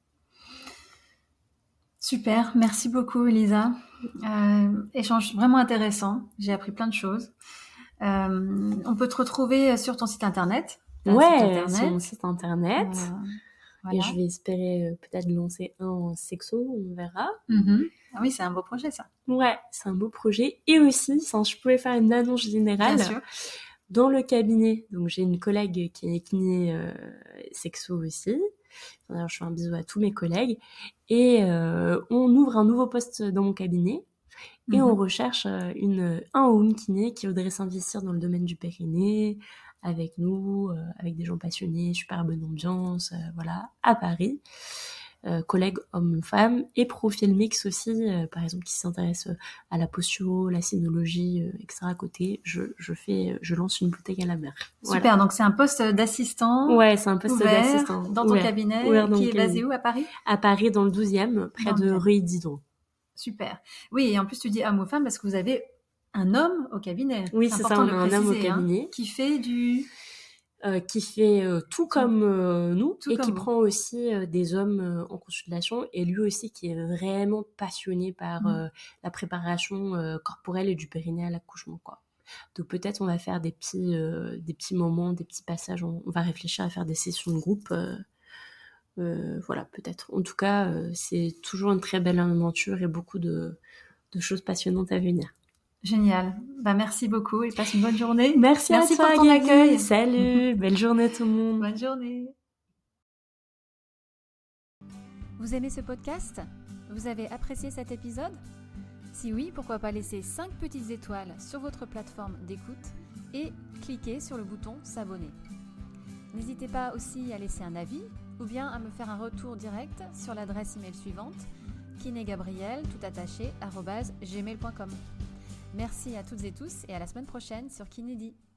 [SPEAKER 1] Super, merci beaucoup Elisa. Euh, échange vraiment intéressant, j'ai appris plein de choses. Euh, on peut te retrouver sur ton site internet.
[SPEAKER 2] Ouais, site internet. Sur mon site internet. Euh, voilà. Et je vais espérer euh, peut-être lancer un en sexo, on verra.
[SPEAKER 1] Mm-hmm. Ah oui, c'est un beau projet, ça.
[SPEAKER 2] Ouais, c'est un beau projet. Et aussi, sans, je pouvais faire une annonce générale.
[SPEAKER 1] Bien sûr.
[SPEAKER 2] Dans le cabinet, donc j'ai une collègue qui est kiné euh, sexo aussi. D'ailleurs, je fais un bisou à tous mes collègues. Et euh, on ouvre un nouveau poste dans mon cabinet. Et mm-hmm. on recherche une, un ou une kiné qui voudrait s'investir dans le domaine du périnée, avec nous, euh, avec des gens passionnés, super bonne ambiance, euh, voilà, à Paris. Euh, collègues hommes-femmes et profil mix aussi, euh, par exemple, qui s'intéressent à la posturo, la cynologie, euh, et cetera. À côté, je, je fais, je lance une bouteille à la mer.
[SPEAKER 1] Super,
[SPEAKER 2] voilà.
[SPEAKER 1] Donc c'est un poste d'assistant.
[SPEAKER 2] Ouais, c'est un poste
[SPEAKER 1] ouvert
[SPEAKER 2] d'assistant.
[SPEAKER 1] Dans ton
[SPEAKER 2] ouvert.
[SPEAKER 1] cabinet,
[SPEAKER 2] ouvert dans
[SPEAKER 1] qui est
[SPEAKER 2] cabinet.
[SPEAKER 1] basé où, à Paris?
[SPEAKER 2] À Paris, dans le douzième, près dans de Rue Didon.
[SPEAKER 1] Super. Oui, et en plus tu dis homme ou femme parce que vous avez un homme au cabinet.
[SPEAKER 2] Oui, c'est, c'est ça, on a un homme au cabinet.
[SPEAKER 1] Hein, qui fait du...
[SPEAKER 2] euh, qui fait euh, tout comme euh, nous
[SPEAKER 1] Tout
[SPEAKER 2] et
[SPEAKER 1] comme
[SPEAKER 2] qui
[SPEAKER 1] vous.
[SPEAKER 2] prend aussi euh, des hommes euh, en consultation, et lui aussi qui est vraiment passionné par euh, la préparation euh, corporelle et du périnée à l'accouchement, quoi. Donc peut-être on va faire des petits, euh, des petits moments, des petits passages, on, on va réfléchir à faire des sessions de groupe, euh, euh, voilà, peut-être. En tout cas, euh, c'est toujours une très belle aventure et beaucoup de, de choses passionnantes à venir.
[SPEAKER 1] Génial. Bah, merci beaucoup et passe une bonne journée.
[SPEAKER 2] Merci,
[SPEAKER 1] merci
[SPEAKER 2] à toi,
[SPEAKER 1] pour ton
[SPEAKER 2] Gaby.
[SPEAKER 1] accueil.
[SPEAKER 2] Salut, belle journée tout le monde.
[SPEAKER 1] Bonne journée. Vous aimez ce podcast ? Vous avez apprécié cet épisode ? Si oui, pourquoi pas laisser cinq petites étoiles sur votre plateforme d'écoute et cliquer sur le bouton s'abonner. N'hésitez pas aussi à laisser un avis ou bien à me faire un retour direct sur l'adresse email suivante kinégabrielle tout attaché arobase gmail point com. Merci à toutes et tous et à la semaine prochaine sur Kinédi.